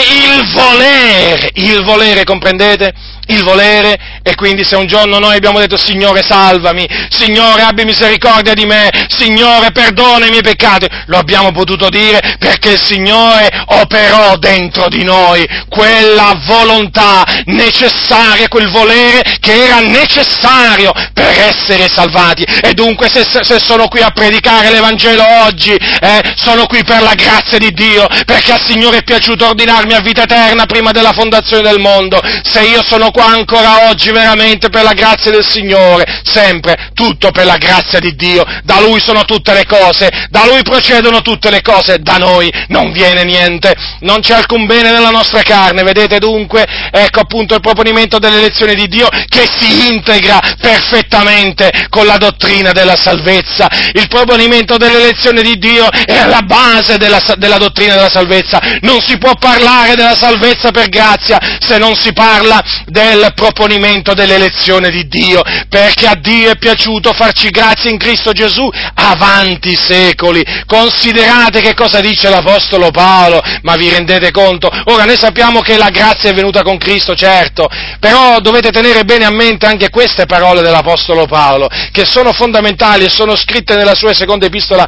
il volere, comprendete? Il volere, e quindi se un giorno noi abbiamo detto: Signore salvami, Signore abbi misericordia di me, Signore perdona i miei peccati, lo abbiamo potuto dire perché il Signore operò dentro di noi quella volontà necessaria, quel volere che era necessario per essere salvati. E dunque se sono qui a predicare l'Evangelo oggi, sono qui per la grazia di Dio, perché al Signore è piaciuto ordinarmi a vita eterna prima della fondazione del mondo. Se io sono qua qua ancora oggi veramente per la grazia del Signore, sempre, tutto per la grazia di Dio, da Lui sono tutte le cose, da Lui procedono tutte le cose, da noi non viene niente, non c'è alcun bene nella nostra carne, vedete dunque, ecco appunto il proponimento dell'elezione di Dio che si integra perfettamente con la dottrina della salvezza, il proponimento dell'elezione di Dio è alla base della dottrina della salvezza, non si può parlare della salvezza per grazia se non si parla del proponimento dell'elezione di Dio, perché a Dio è piaciuto farci grazia in Cristo Gesù avanti i secoli. Considerate che cosa dice l'Apostolo Paolo, ma vi rendete conto? Ora noi sappiamo che la grazia è venuta con Cristo, certo, però dovete tenere bene a mente anche queste parole dell'Apostolo Paolo, che sono fondamentali e sono scritte nella sua seconda epistola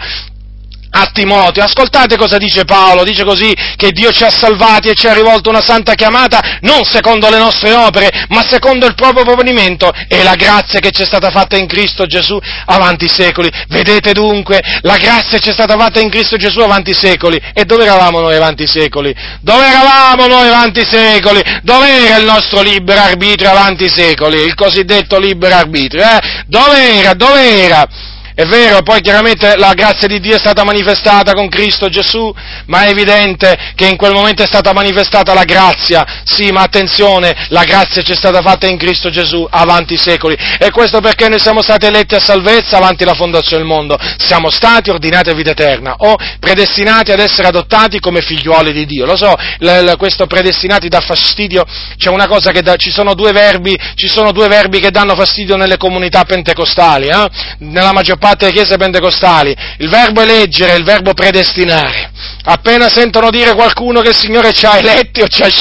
a Timoteo. Ascoltate cosa dice Paolo, dice così, che Dio ci ha salvati e ci ha rivolto una santa chiamata, non secondo le nostre opere, ma secondo il proprio proponimento e la grazia che ci è stata fatta in Cristo Gesù avanti i secoli. Vedete dunque, la grazia ci è stata fatta in Cristo Gesù avanti i secoli. E dove eravamo noi avanti i secoli? Dove eravamo noi avanti i secoli? Dov'era il nostro libero arbitrio avanti i secoli? Il cosiddetto libero arbitrio, Dov'era? Dov'era? È vero, poi chiaramente la grazia di Dio è stata manifestata con Cristo Gesù, ma è evidente che in quel momento è stata manifestata la grazia, sì, ma attenzione, la grazia ci è stata fatta in Cristo Gesù avanti i secoli, e questo perché noi siamo stati eletti a salvezza avanti la fondazione del mondo, siamo stati ordinati a vita eterna, o predestinati ad essere adottati come figliuoli di Dio. Lo so, questo predestinati dà fastidio, c'è una cosa che ci sono due verbi che danno fastidio nelle comunità pentecostali, nella maggior parte delle chiese pentecostali, il verbo eleggere e il verbo predestinare. Appena sentono dire qualcuno che il Signore ci ha eletti o ci ha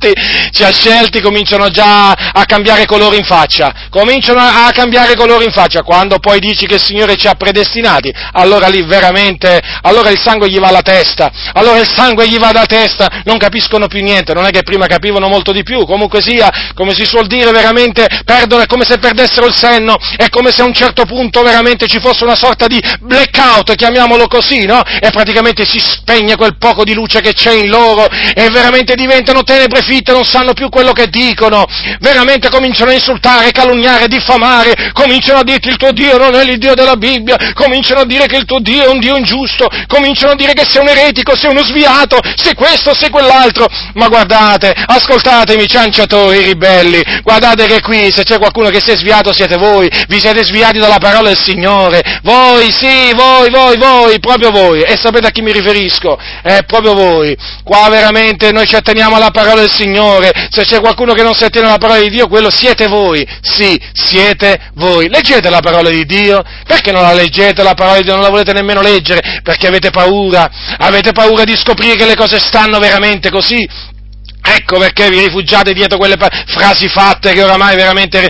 scelti, cominciano già a cambiare colore in faccia, quando poi dici che il Signore ci ha predestinati, allora lì veramente, allora il sangue gli va alla testa, non capiscono più niente, non è che prima capivano molto di più, comunque sia, come si suol dire, veramente perdono, è come se perdessero il senno, è come se a un certo punto veramente ci fosse una sorta di blackout, chiamiamolo così, no? E praticamente si spegne quel poco di luce che c'è in loro e veramente diventano tenebre fitte, non sanno più quello che dicono, veramente cominciano a insultare, calunniare, diffamare, cominciano a dirti il tuo Dio non è il Dio della Bibbia, cominciano a dire che il tuo Dio è un Dio ingiusto, cominciano a dire che sei un eretico, sei uno sviato, sei questo, sei quell'altro, ma guardate, ascoltatemi cianciatori, ribelli, guardate che qui se c'è qualcuno che si è sviato siete voi, vi siete sviati dalla parola del Signore, voi, sì, voi, proprio voi, e sapete a chi mi riferisco? Proprio voi, qua veramente noi ci atteniamo alla parola del Signore, se c'è qualcuno che non si attiene alla parola di Dio, quello siete voi, sì, siete voi, leggete la parola di Dio, perché non la leggete la parola di Dio, non la volete nemmeno leggere, perché avete paura di scoprire che le cose stanno veramente così. Ecco perché vi rifugiate dietro quelle frasi fatte che oramai veramente,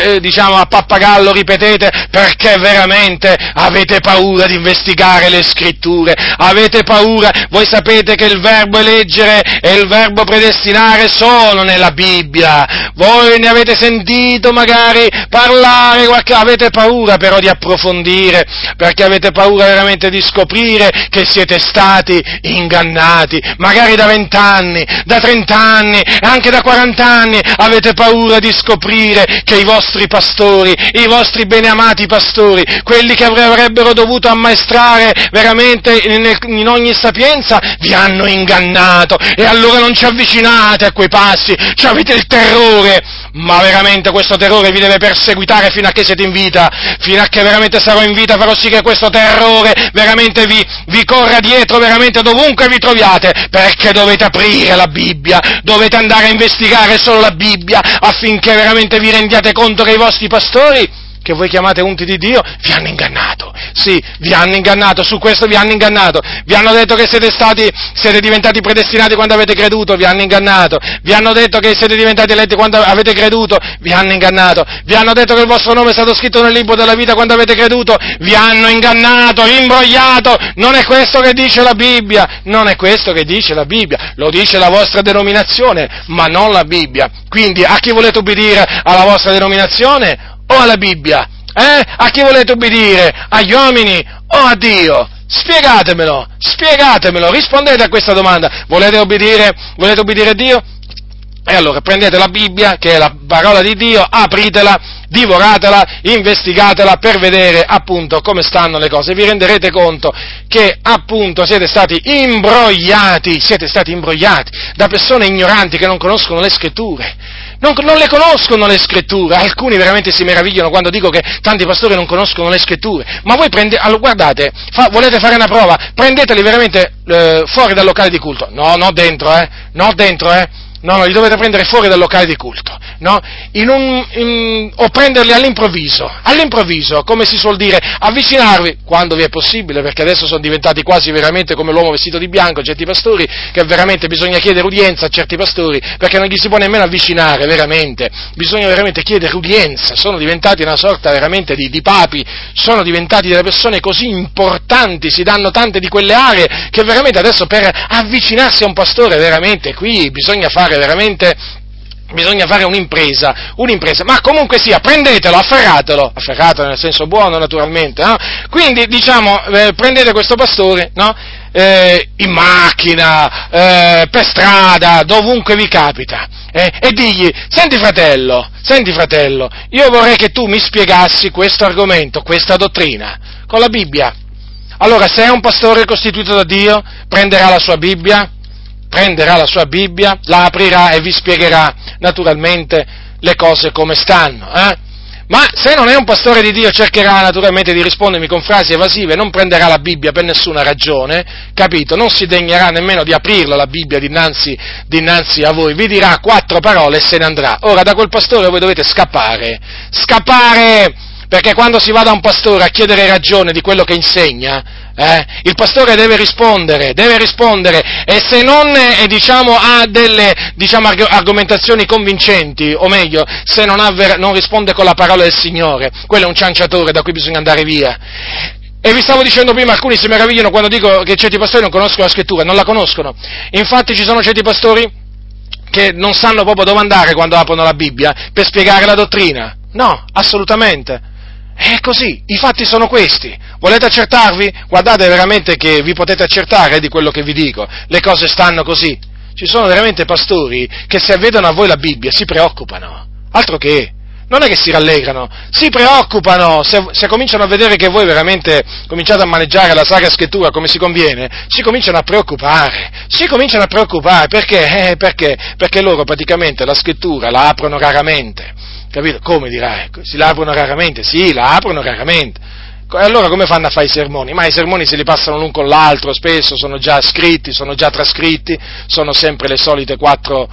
a pappagallo ripetete, perché veramente avete paura di investigare le scritture, avete paura, voi sapete che il verbo eleggere e il verbo predestinare sono nella Bibbia, voi ne avete sentito magari parlare, avete paura però di approfondire, perché avete paura veramente di scoprire che siete stati ingannati, magari da 20 anni, da 30 anni, e anche da 40 anni avete paura di scoprire che i vostri pastori, i vostri beneamati pastori, quelli che avrebbero dovuto ammaestrare veramente in ogni sapienza, vi hanno ingannato, e allora non ci avvicinate a quei passi, ci avete il terrore, ma veramente questo terrore vi deve perseguitare fino a che siete in vita, fino a che veramente sarò in vita farò sì che questo terrore veramente vi corra dietro veramente dovunque vi troviate, perché dovete aprire la Bibbia, dovete andare a investigare solo la Bibbia affinché veramente vi rendiate conto che i vostri pastori, che voi chiamate unti di Dio, vi hanno ingannato, sì, vi hanno ingannato, su questo vi hanno ingannato, vi hanno detto che siete diventati predestinati quando avete creduto, vi hanno ingannato, vi hanno detto che siete diventati eletti quando avete creduto, vi hanno ingannato, vi hanno detto che il vostro nome è stato scritto nel libro della vita quando avete creduto, vi hanno ingannato, imbrogliato, non è questo che dice la Bibbia, non è questo che dice la Bibbia, lo dice la vostra denominazione, ma non la Bibbia, quindi a chi volete ubbidire? Alla vostra denominazione o alla Bibbia? A chi volete ubbidire? Agli uomini o a Dio? Spiegatemelo, rispondete a questa domanda. Volete ubbidire Dio? E allora prendete la Bibbia, che è la parola di Dio, apritela, divoratela, investigatela per vedere appunto come stanno le cose. Vi renderete conto che appunto siete stati imbrogliati da persone ignoranti che non conoscono le Scritture. Non le conoscono le Scritture. Alcuni veramente si meravigliano quando dico che tanti pastori non conoscono le Scritture. Ma voi allora, guardate, volete fare una prova? Prendeteli veramente fuori dal locale di culto. No, dentro. No, li dovete prendere fuori dal locale di culto, no? O prenderli all'improvviso, come si suol dire, avvicinarvi, quando vi è possibile, perché adesso sono diventati quasi veramente come l'uomo vestito di bianco, certi pastori, che veramente bisogna chiedere udienza a certi pastori, perché non gli si può nemmeno avvicinare, veramente, bisogna veramente chiedere udienza, sono diventati una sorta veramente di papi, sono diventati delle persone così importanti, si danno tante di quelle aree, che veramente adesso per avvicinarsi a un pastore, veramente, qui bisogna fare un'impresa, ma comunque sia, prendetelo, afferratelo nel senso buono naturalmente, no? Quindi prendete questo pastore, no? In macchina, per strada, dovunque vi capita, e digli, senti fratello, io vorrei che tu mi spiegassi questo argomento, questa dottrina, con la Bibbia. Allora, se è un pastore costituito da Dio, prenderà la sua Bibbia, la aprirà e vi spiegherà naturalmente le cose come stanno, Ma se non è un pastore di Dio, cercherà naturalmente di rispondermi con frasi evasive, non prenderà la Bibbia per nessuna ragione, capito? Non si degnerà nemmeno di aprirla la Bibbia dinanzi a voi, vi dirà 4 parole e se ne andrà. Ora, da quel pastore voi dovete scappare, perché quando si va da un pastore a chiedere ragione di quello che insegna, il pastore deve rispondere, e se non ha delle argomentazioni convincenti, o meglio, se non risponde con la parola del Signore, quello è un cianciatore da cui bisogna andare via. E vi stavo dicendo prima, alcuni si meravigliano quando dico che certi pastori non conoscono la Scrittura, non la conoscono. Infatti ci sono certi pastori che non sanno proprio dove andare quando aprono la Bibbia per spiegare la dottrina. No, assolutamente. È così, i fatti sono questi. Volete accertarvi? Guardate veramente che vi potete accertare di quello che vi dico. Le cose stanno così. Ci sono veramente pastori che se vedono a voi la Bibbia si preoccupano. Altro che. Non è che si rallegrano, si preoccupano. Se cominciano a vedere che voi veramente cominciate a maneggiare la Sacra Scrittura come si conviene, si cominciano a preoccupare. Perché? Perché loro praticamente la Scrittura la aprono raramente. Capito? Come dirai? Si la aprono raramente? Sì, la aprono raramente. E allora come fanno a fare i sermoni? Ma i sermoni se li passano l'un con l'altro, spesso sono già scritti, sono già trascritti, sono sempre le solite 4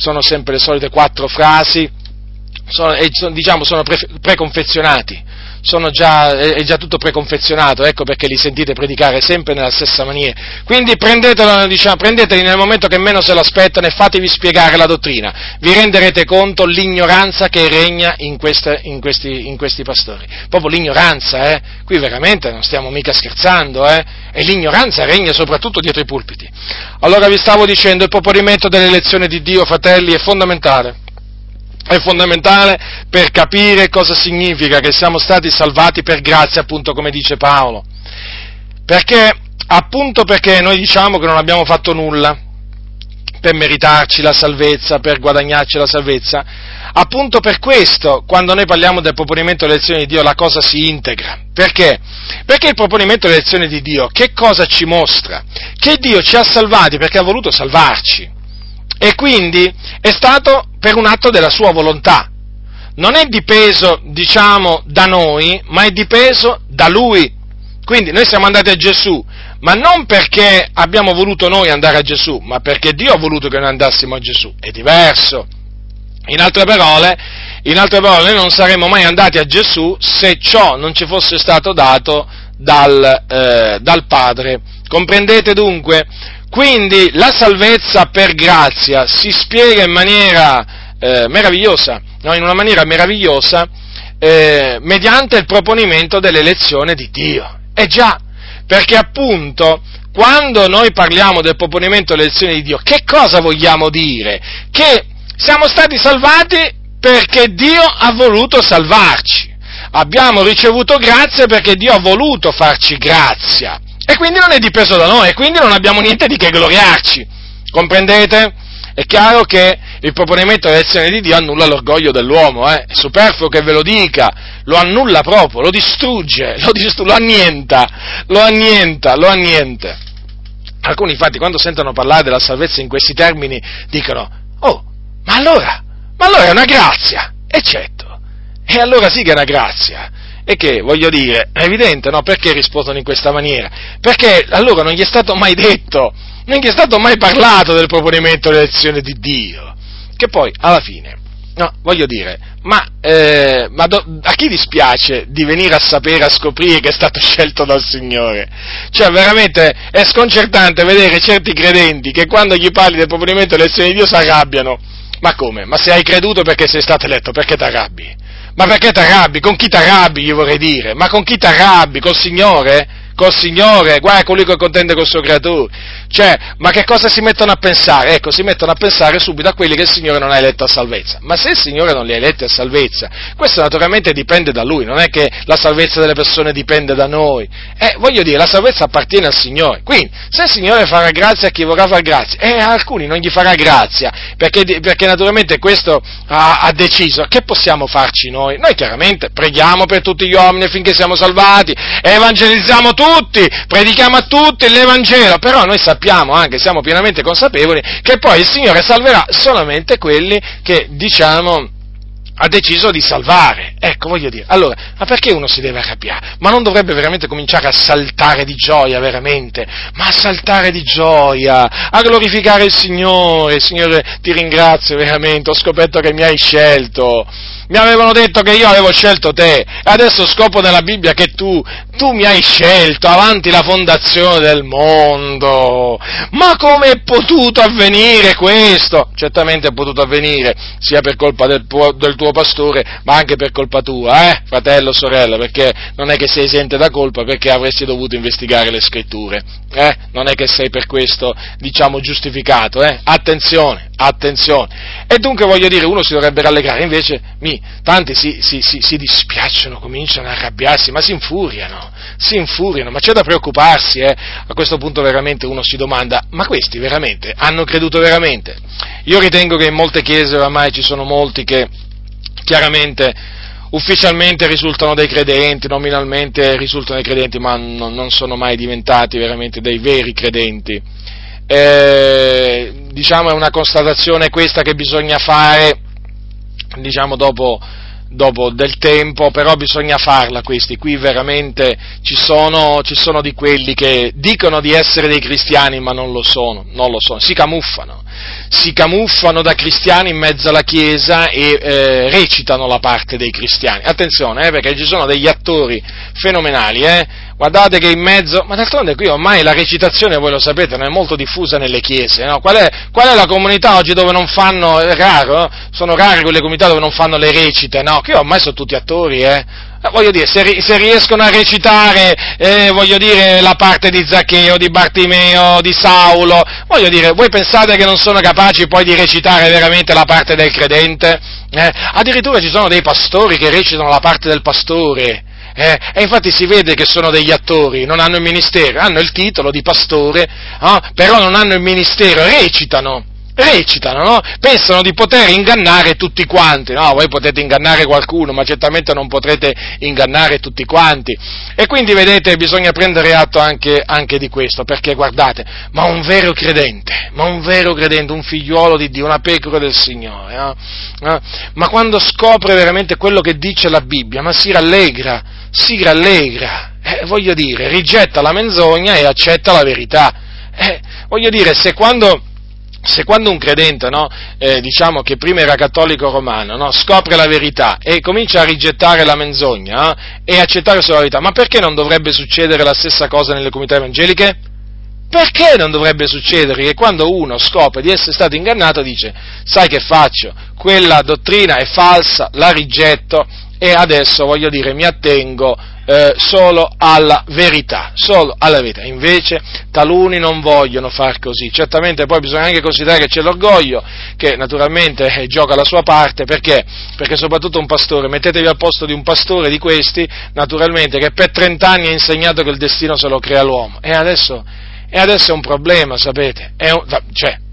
frasi, sono preconfezionati. È già tutto preconfezionato, ecco perché li sentite predicare sempre nella stessa maniera. Quindi prendeteli nel momento che meno se lo aspettano e fatevi spiegare la dottrina. Vi renderete conto l'ignoranza che regna in questi pastori. Proprio l'ignoranza, Qui veramente non stiamo mica scherzando, E l'ignoranza regna soprattutto dietro i pulpiti. Allora vi stavo dicendo, il proponimento dell'elezione di Dio, fratelli, è fondamentale. È fondamentale per capire cosa significa che siamo stati salvati per grazia, appunto come dice Paolo. Perché noi diciamo che non abbiamo fatto nulla per meritarci la salvezza, per guadagnarci la salvezza, appunto per questo, quando noi parliamo del proponimento dell'elezione di Dio, la cosa si integra. Perché? Perché il proponimento dell'elezione di Dio, che cosa ci mostra? Che Dio ci ha salvati perché ha voluto salvarci. E quindi è stato per un atto della sua volontà. Non è dipeso, da noi, ma è dipeso da Lui. Quindi noi siamo andati a Gesù, ma non perché abbiamo voluto noi andare a Gesù, ma perché Dio ha voluto che noi andassimo a Gesù. È diverso. In altre parole, noi non saremmo mai andati a Gesù se ciò non ci fosse stato dato dal Padre. Comprendete dunque? Quindi la salvezza per grazia si spiega in maniera meravigliosa, no? In una maniera meravigliosa, mediante il proponimento dell'elezione di Dio. Già, perché appunto, quando noi parliamo del proponimento dell'elezione di Dio, che cosa vogliamo dire? Che siamo stati salvati perché Dio ha voluto salvarci. Abbiamo ricevuto grazia perché Dio ha voluto farci grazia. E quindi non è dipeso da noi, e quindi non abbiamo niente di che gloriarci, comprendete? È chiaro che il proponimento dell'elezione di Dio annulla l'orgoglio dell'uomo, è superfluo che ve lo dica, lo annulla proprio, lo distrugge, lo annienta. Alcuni infatti quando sentono parlare della salvezza in questi termini dicono, oh, ma allora è una grazia, e certo, e allora sì che è una grazia. E che, voglio dire, è evidente, no? Perché rispondono in questa maniera? Perché a loro non gli è stato mai detto, non gli è stato mai parlato del proponimento dell'elezione di Dio, che poi, alla fine, no, voglio dire, a chi dispiace di venire a sapere, a scoprire che è stato scelto dal Signore? Cioè, veramente è sconcertante vedere certi credenti che quando gli parli del proponimento dell'elezione di Dio si arrabbiano. Ma come? Ma se hai creduto perché sei stato eletto, perché ti arrabbi? Ma perché ti arrabbi? Con chi ti arrabbi, io vorrei dire? Ma con chi ti arrabbi? Col Signore? Col Signore? Guarda, colui che è contento col suo creatore. Cioè, ma che cosa si mettono a pensare? Ecco, si mettono a pensare subito a quelli che il Signore non ha eletto a salvezza. Ma se il Signore non li ha eletti a salvezza, questo naturalmente dipende da Lui, non è che la salvezza delle persone dipende da noi. Voglio dire, la salvezza appartiene al Signore. Quindi, se il Signore farà grazia a chi vorrà far grazia, a alcuni non gli farà grazia, perché naturalmente questo ha deciso. Che possiamo farci noi? Noi chiaramente preghiamo per tutti gli uomini finché siamo salvati, evangelizziamo tutti, predichiamo a tutti l'Evangelo, però noi sappiamo anche, siamo pienamente consapevoli che poi il Signore salverà solamente quelli che, ha deciso di salvare. Ecco, voglio dire, allora, ma perché uno si deve arrabbiare? Ma non dovrebbe veramente cominciare a saltare di gioia, veramente? Ma a saltare di gioia, a glorificare il Signore, ti ringrazio veramente, ho scoperto che mi hai scelto. Mi avevano detto che io avevo scelto te, e adesso scopro nella Bibbia che tu mi hai scelto avanti la fondazione del mondo. Ma come è potuto avvenire questo? Certamente è potuto avvenire sia per colpa del tuo pastore, ma anche per colpa tua, fratello, sorella, perché non è che sei esente da colpa, perché avresti dovuto investigare le scritture, non è che sei per questo, giustificato, attenzione. E dunque voglio dire, uno si dovrebbe rallegrare, invece tanti si dispiacciono, cominciano a arrabbiarsi, ma si infuriano, ma c'è da preoccuparsi, A questo punto veramente uno si domanda, ma questi veramente hanno creduto veramente? Io ritengo che in molte chiese oramai ci sono molti che chiaramente ufficialmente risultano dei credenti, nominalmente risultano dei credenti, ma non sono mai diventati veramente dei veri credenti. È una constatazione questa che bisogna fare, dopo del tempo, però bisogna farla questi. Qui veramente ci sono di quelli che dicono di essere dei cristiani ma non lo sono, si camuffano da cristiani in mezzo alla Chiesa e recitano la parte dei cristiani. Attenzione, perché ci sono degli attori fenomenali, guardate che in mezzo, ma d'altronde qui ormai la recitazione, voi lo sapete, non è molto diffusa nelle chiese, no? Qual è la comunità oggi dove non fanno, è raro, sono rare quelle comunità dove non fanno le recite, no? Che ormai sono tutti attori, Voglio dire, se riescono a recitare, la parte di Zaccheo, di Bartimeo, di Saulo, voglio dire, voi pensate che non sono capaci poi di recitare veramente la parte del credente? Addirittura ci sono dei pastori che recitano la parte del pastore, e infatti si vede che sono degli attori, non hanno il ministero, hanno il titolo di pastore, però non hanno il ministero, recitano, no? Pensano di poter ingannare tutti quanti, no? Voi potete ingannare qualcuno, ma certamente non potrete ingannare tutti quanti. E quindi vedete, bisogna prendere atto anche di questo, perché guardate, ma un vero credente, un figliuolo di Dio, una pecora del Signore, ma quando scopre veramente quello che dice la Bibbia, ma si rallegra, voglio dire, rigetta la menzogna e accetta la verità. Voglio dire, se quando un credente, che prima era cattolico romano, scopre la verità e comincia a rigettare la menzogna, e accettare solo la verità, ma perché non dovrebbe succedere la stessa cosa nelle comunità evangeliche? Perché non dovrebbe succedere che quando uno scopre di essere stato ingannato dice, sai che faccio, quella dottrina è falsa, la rigetto e adesso, mi attengo solo alla verità. Invece taluni non vogliono far così. Certamente poi bisogna anche considerare che c'è l'orgoglio, che naturalmente gioca la sua parte, perché soprattutto un pastore, mettetevi al posto di un pastore di questi, naturalmente, che per 30 anni ha insegnato che il destino se lo crea l'uomo, e adesso è un problema, sapete, è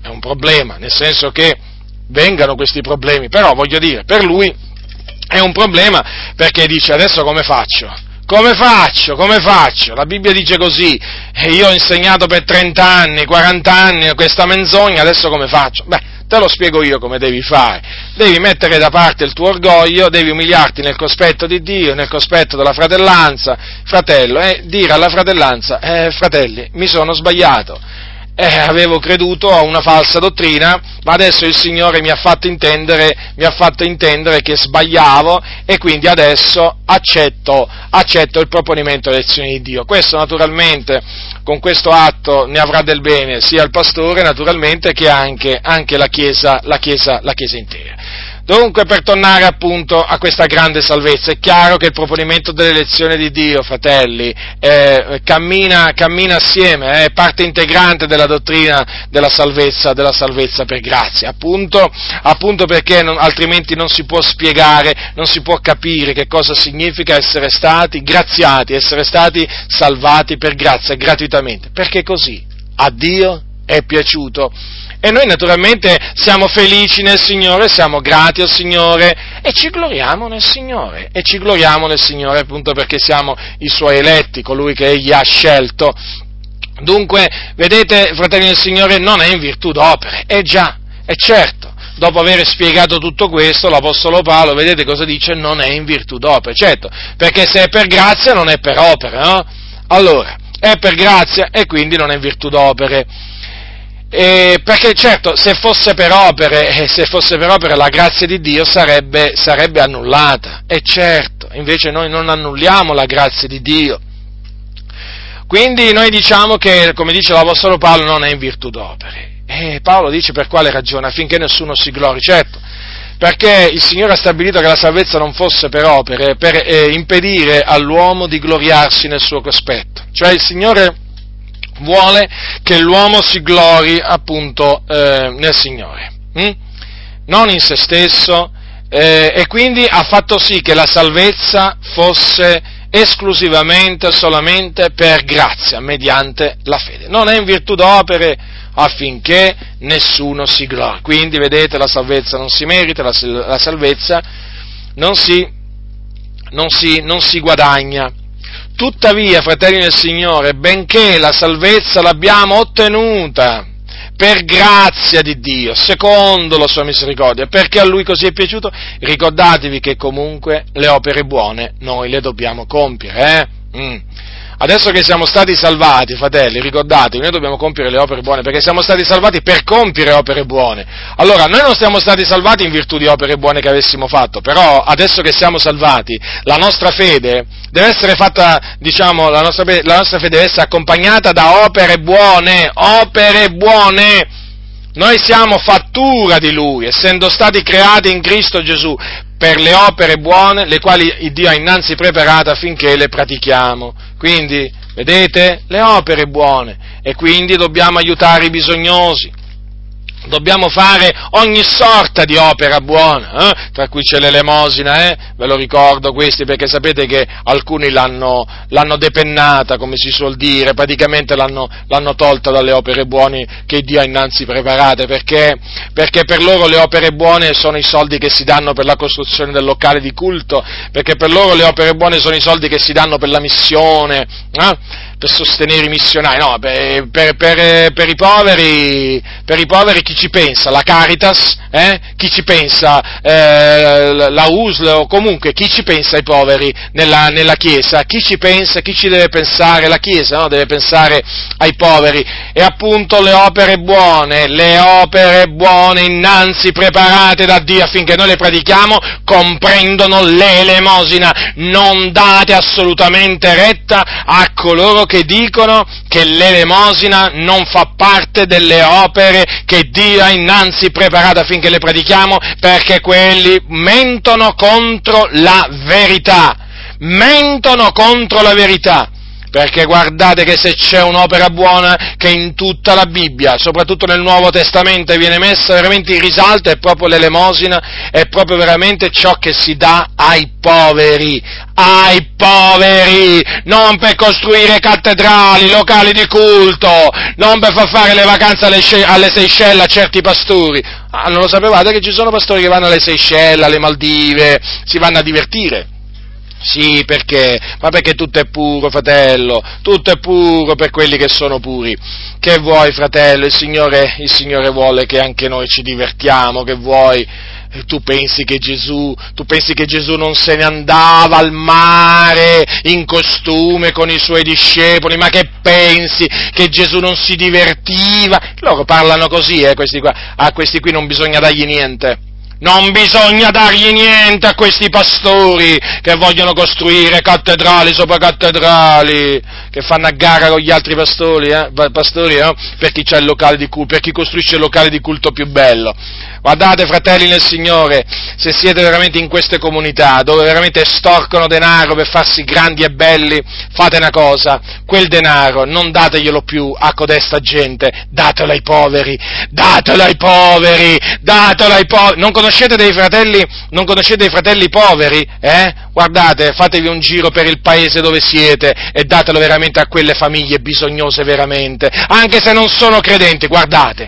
un problema, nel senso che vengano questi problemi, però voglio dire, per lui è un problema perché dice: adesso come faccio? Come faccio? La Bibbia dice così, e io ho insegnato per 30 anni, 40 anni questa menzogna, adesso come faccio? Beh, te lo spiego io come devi fare. Devi mettere da parte il tuo orgoglio, devi umiliarti nel cospetto di Dio, nel cospetto della fratellanza, fratello, e dire alla fratellanza: fratelli, mi sono sbagliato. Avevo creduto a una falsa dottrina, ma adesso il Signore mi ha fatto intendere che sbagliavo, e quindi adesso accetto il proponimento dell'elezione di Dio. Questo naturalmente, con questo atto ne avrà del bene sia il pastore naturalmente che anche la Chiesa intera. Dunque, per tornare appunto a questa grande salvezza, è chiaro che il proponimento dell'elezione di Dio, fratelli, cammina assieme, è parte integrante della dottrina della salvezza per grazia, appunto perché altrimenti non si può spiegare, non si può capire che cosa significa essere stati graziati, essere stati salvati per grazia, gratuitamente, perché così a Dio è piaciuto. E noi naturalmente siamo felici nel Signore, siamo grati al Signore e ci gloriamo nel Signore, appunto perché siamo i Suoi eletti, colui che Egli ha scelto. Dunque, vedete, fratelli del Signore, non è in virtù d'opere, è certo. Dopo aver spiegato tutto questo, l'Apostolo Paolo, vedete cosa dice? Non è in virtù d'opere, certo, perché se è per grazia non è per opere, no? Allora, è per grazia e quindi non è in virtù d'opere. Perché certo, se fosse per opere la grazia di Dio sarebbe annullata, e certo, invece noi non annulliamo la grazia di Dio. Quindi noi diciamo che, come dice l'Apostolo Paolo, non è in virtù d'opere. E Paolo dice per quale ragione? Affinché nessuno si glori, certo, perché il Signore ha stabilito che la salvezza non fosse per opere, per impedire all'uomo di gloriarsi nel suo cospetto. Cioè il Signore vuole che l'uomo si glori appunto nel Signore, non in se stesso, e quindi ha fatto sì che la salvezza fosse esclusivamente, solamente per grazia, mediante la fede. Non è in virtù d'opere affinché nessuno si glori. Quindi, vedete, la salvezza non si merita, la salvezza non si guadagna. Tuttavia, fratelli del Signore, benché la salvezza l'abbiamo ottenuta per grazia di Dio, secondo la sua misericordia, perché a Lui così è piaciuto, ricordatevi che comunque le opere buone noi le dobbiamo compiere, Adesso che siamo stati salvati, fratelli, ricordatevi, noi dobbiamo compiere le opere buone, perché siamo stati salvati per compiere opere buone. Allora, noi non siamo stati salvati in virtù di opere buone che avessimo fatto, però adesso che siamo salvati, la nostra fede deve essere fatta, la nostra fede deve essere accompagnata da opere buone. Noi siamo fattura di Lui, essendo stati creati in Cristo Gesù per le opere buone, le quali Dio ha innanzi preparate affinché le pratichiamo. Quindi, vedete, le opere buone, e quindi dobbiamo aiutare i bisognosi, dobbiamo fare ogni sorta di opera buona, tra cui c'è l'elemosina, ve lo ricordo questi, perché sapete che alcuni l'hanno depennata, come si suol dire, praticamente l'hanno tolta dalle opere buone che Dio ha innanzi preparate, perché per loro le opere buone sono i soldi che si danno per la costruzione del locale di culto, perché per loro le opere buone sono i soldi che si danno per la missione, per sostenere i missionari, no, per i poveri chi ci pensa? La Caritas, chi ci pensa? La USL, o comunque chi ci pensa ai poveri nella Chiesa? Chi ci pensa? Chi ci deve pensare? La Chiesa, no? Deve pensare ai poveri, e appunto le opere buone innanzi preparate da Dio affinché noi le pratichiamo, comprendono l'elemosina. Non date assolutamente retta a coloro che dicono che l'elemosina non fa parte delle opere che Dio ha innanzi preparato affinché le pratichiamo, perché quelli mentono contro la verità. perché guardate che se c'è un'opera buona che in tutta la Bibbia, soprattutto nel Nuovo Testamento, viene messa veramente in risalto, è proprio l'elemosina, è proprio veramente ciò che si dà ai poveri, non per costruire cattedrali, locali di culto, non per far fare le vacanze alle Seychelles a certi pastori. Non lo sapevate che ci sono pastori che vanno alle Seychelles, alle Maldive, si vanno a divertire? Sì, perché? Ma perché tutto è puro, fratello, tutto è puro per quelli che sono puri. Che vuoi, fratello? Il Signore vuole che anche noi ci divertiamo, che vuoi? Tu pensi che Gesù non se ne andava al mare in costume con i suoi discepoli? Ma che pensi? Che Gesù non si divertiva? Loro parlano così, questi qua. A questi qui non bisogna dargli niente. Non bisogna dargli niente a questi pastori che vogliono costruire cattedrali sopra cattedrali, che fanno a gara con gli altri pastori, per chi c'ha il locale di culto, per chi costruisce il locale di culto più bello. Guardate, fratelli nel Signore, se siete veramente in queste comunità dove veramente estorcono denaro per farsi grandi e belli, fate una cosa: quel denaro non dateglielo più a codesta gente, datelo ai poveri. Non conoscete dei fratelli poveri? Guardate, fatevi un giro per il paese dove siete e datelo veramente a quelle famiglie bisognose veramente, anche se non sono credenti. Guardate,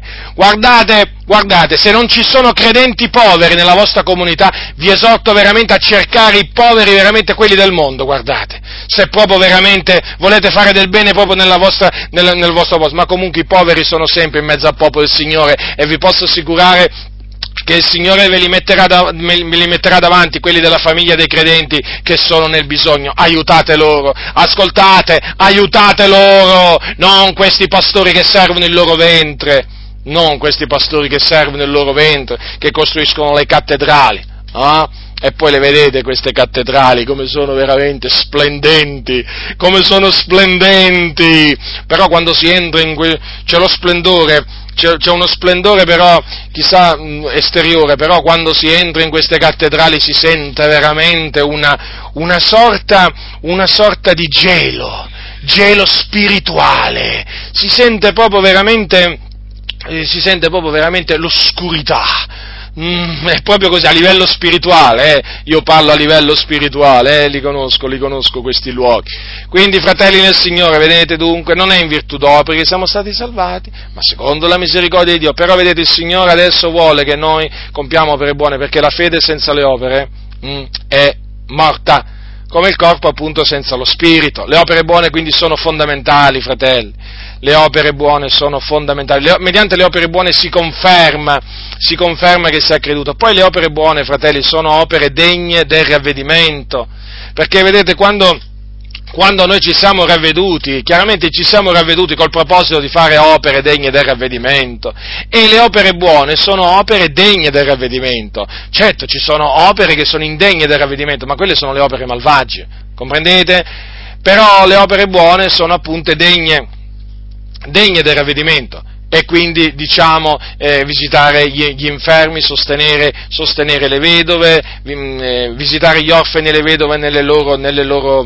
se non ci sono credenti poveri nella vostra comunità, vi esorto veramente a cercare i poveri, veramente quelli del mondo, guardate, se proprio veramente volete fare del bene proprio nel vostro posto, ma comunque i poveri sono sempre in mezzo al popolo del Signore, e vi posso assicurare che il Signore ve li metterà davanti, quelli della famiglia dei credenti che sono nel bisogno. Aiutate loro, ascoltate, aiutate loro, non questi pastori che servono il loro ventre, che costruiscono le cattedrali, E poi le vedete queste cattedrali come sono veramente splendenti, però quando si entra c'è lo splendore, c'è uno splendore però, chissà, esteriore, però quando si entra in queste cattedrali si sente veramente una sorta di gelo spirituale, si sente proprio veramente l'oscurità. È proprio così, a livello spirituale, io parlo a livello spirituale, li conosco questi luoghi. Quindi, fratelli nel Signore, vedete dunque, non è in virtù d'opere che siamo stati salvati, ma secondo la misericordia di Dio. Però vedete, il Signore adesso vuole che noi compiamo opere buone, perché la fede senza le opere è morta, come il corpo appunto senza lo spirito. Le opere buone quindi sono fondamentali, fratelli. Le opere buone sono fondamentali. Mediante le opere buone si conferma che si è creduto. Poi le opere buone, fratelli, sono opere degne del ravvedimento, perché vedete, quando noi ci siamo ravveduti, chiaramente ci siamo ravveduti col proposito di fare opere degne del ravvedimento, e le opere buone sono opere degne del ravvedimento. Certo, ci sono opere che sono indegne del ravvedimento, ma quelle sono le opere malvagie, comprendete? Però le opere buone sono appunto degne del ravvedimento, e quindi, visitare gli infermi, sostenere le vedove, visitare gli orfani e le vedove nelle loro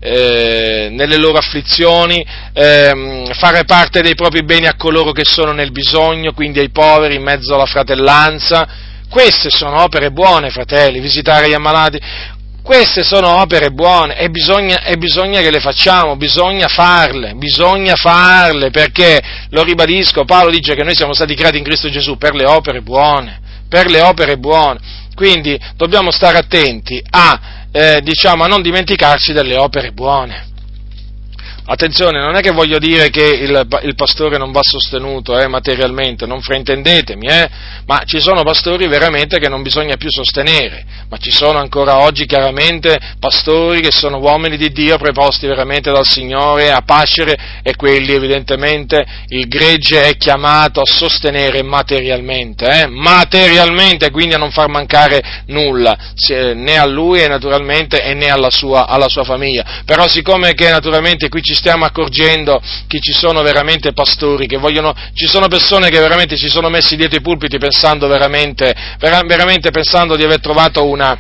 afflizioni, fare parte dei propri beni a coloro che sono nel bisogno, quindi ai poveri, in mezzo alla fratellanza. Queste sono opere buone, fratelli, visitare gli ammalati. Queste sono opere buone e bisogna che le facciamo, bisogna farle, perché, lo ribadisco, Paolo dice che noi siamo stati creati in Cristo Gesù per le opere buone. Quindi dobbiamo stare attenti a non dimenticarci delle opere buone. Attenzione, non è che voglio dire che il pastore non va sostenuto materialmente, non fraintendetemi, ma ci sono pastori veramente che non bisogna più sostenere, ma ci sono ancora oggi chiaramente pastori che sono uomini di Dio preposti veramente dal Signore a pascere, e quelli evidentemente il gregge è chiamato a sostenere materialmente, quindi a non far mancare nulla, né a lui e naturalmente né alla sua famiglia. Però siccome che naturalmente qui ci ci stiamo accorgendo che ci sono veramente pastori che ci sono persone che veramente si sono messi dietro i pulpiti pensando veramente pensando di aver trovato una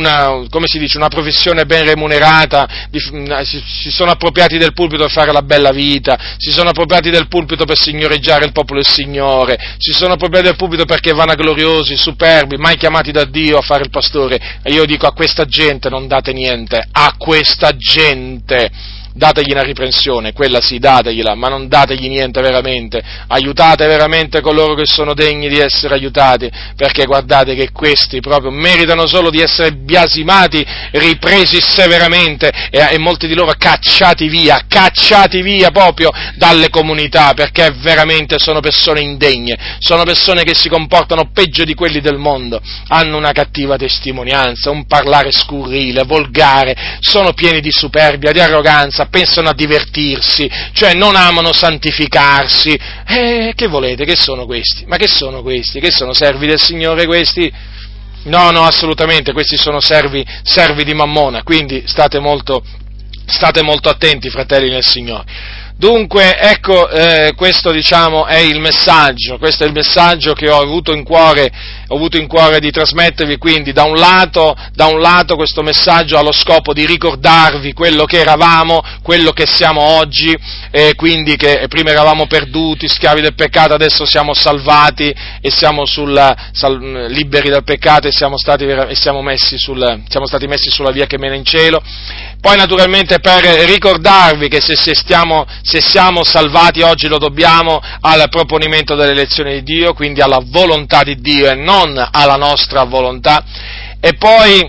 professione ben remunerata, si sono appropriati del pulpito per fare la bella vita, si sono appropriati del pulpito per signoreggiare il popolo del Signore, si sono appropriati del pulpito perché vanagloriosi, superbi, mai chiamati da Dio a fare il pastore. E io dico, a questa gente non date niente, a questa gente dategli una riprensione, quella sì, dategliela, ma non dategli niente veramente, aiutate veramente coloro che sono degni di essere aiutati, perché guardate che questi proprio meritano solo di essere biasimati, ripresi severamente e molti di loro cacciati via proprio dalle comunità, perché veramente sono persone indegne, sono persone che si comportano peggio di quelli del mondo, hanno una cattiva testimonianza, un parlare scurrile, volgare, sono pieni di superbia, di arroganza, pensano a divertirsi, cioè non amano santificarsi. Che volete? Che sono questi? Ma che sono questi? Che sono servi del Signore questi? No, assolutamente, questi sono servi di Mammona, quindi state molto attenti, fratelli nel Signore. Dunque, ecco, questo è il messaggio che ho avuto in cuore di trasmettervi. Quindi da un lato questo messaggio ha lo scopo di ricordarvi quello che eravamo, quello che siamo oggi, quindi che prima eravamo perduti, schiavi del peccato, adesso siamo salvati e siamo liberi dal peccato e siamo stati messi sulla via che mena in cielo. Poi naturalmente per ricordarvi che se siamo salvati oggi lo dobbiamo al proponimento dell'elezione di Dio, quindi alla volontà di Dio e non alla nostra volontà. E poi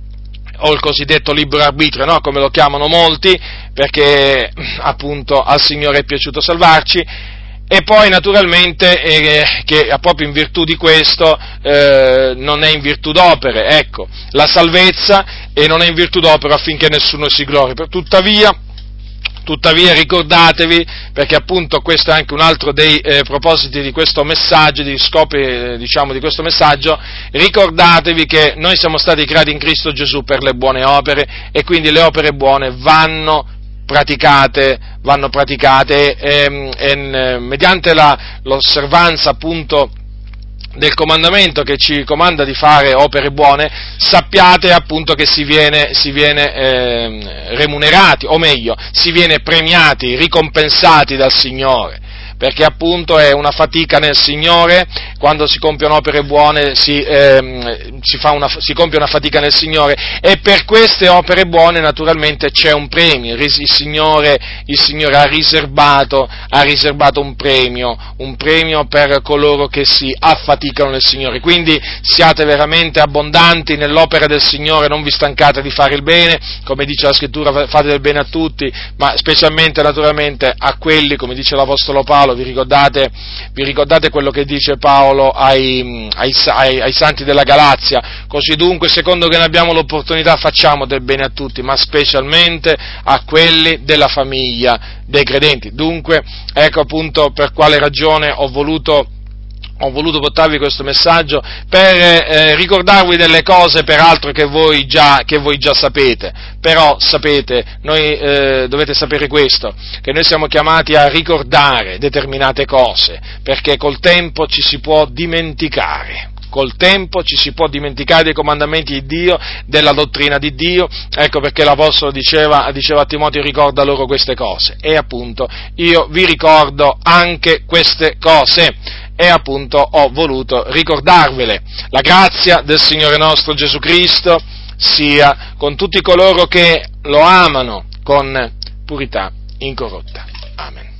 o il cosiddetto libero arbitrio, no? Come lo chiamano molti, perché appunto al Signore è piaciuto salvarci. E poi naturalmente che proprio in virtù di questo non è in virtù d'opere, ecco, la salvezza, e non è in virtù d'opere affinché nessuno si glori. Tuttavia ricordatevi, perché appunto questo è anche un altro dei propositi di questo messaggio, di scopi di questo messaggio, ricordatevi che noi siamo stati creati in Cristo Gesù per le buone opere, e quindi le opere buone vanno praticate mediante l'osservanza appunto del comandamento che ci comanda di fare opere buone. Sappiate appunto che si viene remunerati, o meglio, si viene premiati, ricompensati dal Signore, perché appunto è una fatica nel Signore. Quando si compiono opere buone si compie una fatica nel Signore, e per queste opere buone naturalmente c'è un premio. Il Signore ha riservato un premio per coloro che si affaticano nel Signore. Quindi siate veramente abbondanti nell'opera del Signore, non vi stancate di fare il bene, come dice la Scrittura, fate del bene a tutti, ma specialmente naturalmente a quelli, come dice l'Apostolo Paolo. Vi ricordate quello che dice Paolo ai santi della Galazia? Così dunque, secondo che ne abbiamo l'opportunità, facciamo del bene a tutti, ma specialmente a quelli della famiglia dei credenti. Dunque, ecco appunto per quale ragione ho voluto portarvi questo messaggio, per ricordarvi delle cose peraltro che voi già sapete. Però sapete, noi dovete sapere questo, che noi siamo chiamati a ricordare determinate cose, perché col tempo ci si può dimenticare. Col tempo ci si può dimenticare dei comandamenti di Dio, della dottrina di Dio. Ecco perché l'Apostolo diceva a Timoteo: ricorda loro queste cose. E appunto io vi ricordo anche queste cose, e appunto ho voluto ricordarvele. La grazia del Signore nostro Gesù Cristo sia con tutti coloro che lo amano con purità incorrotta. Amen.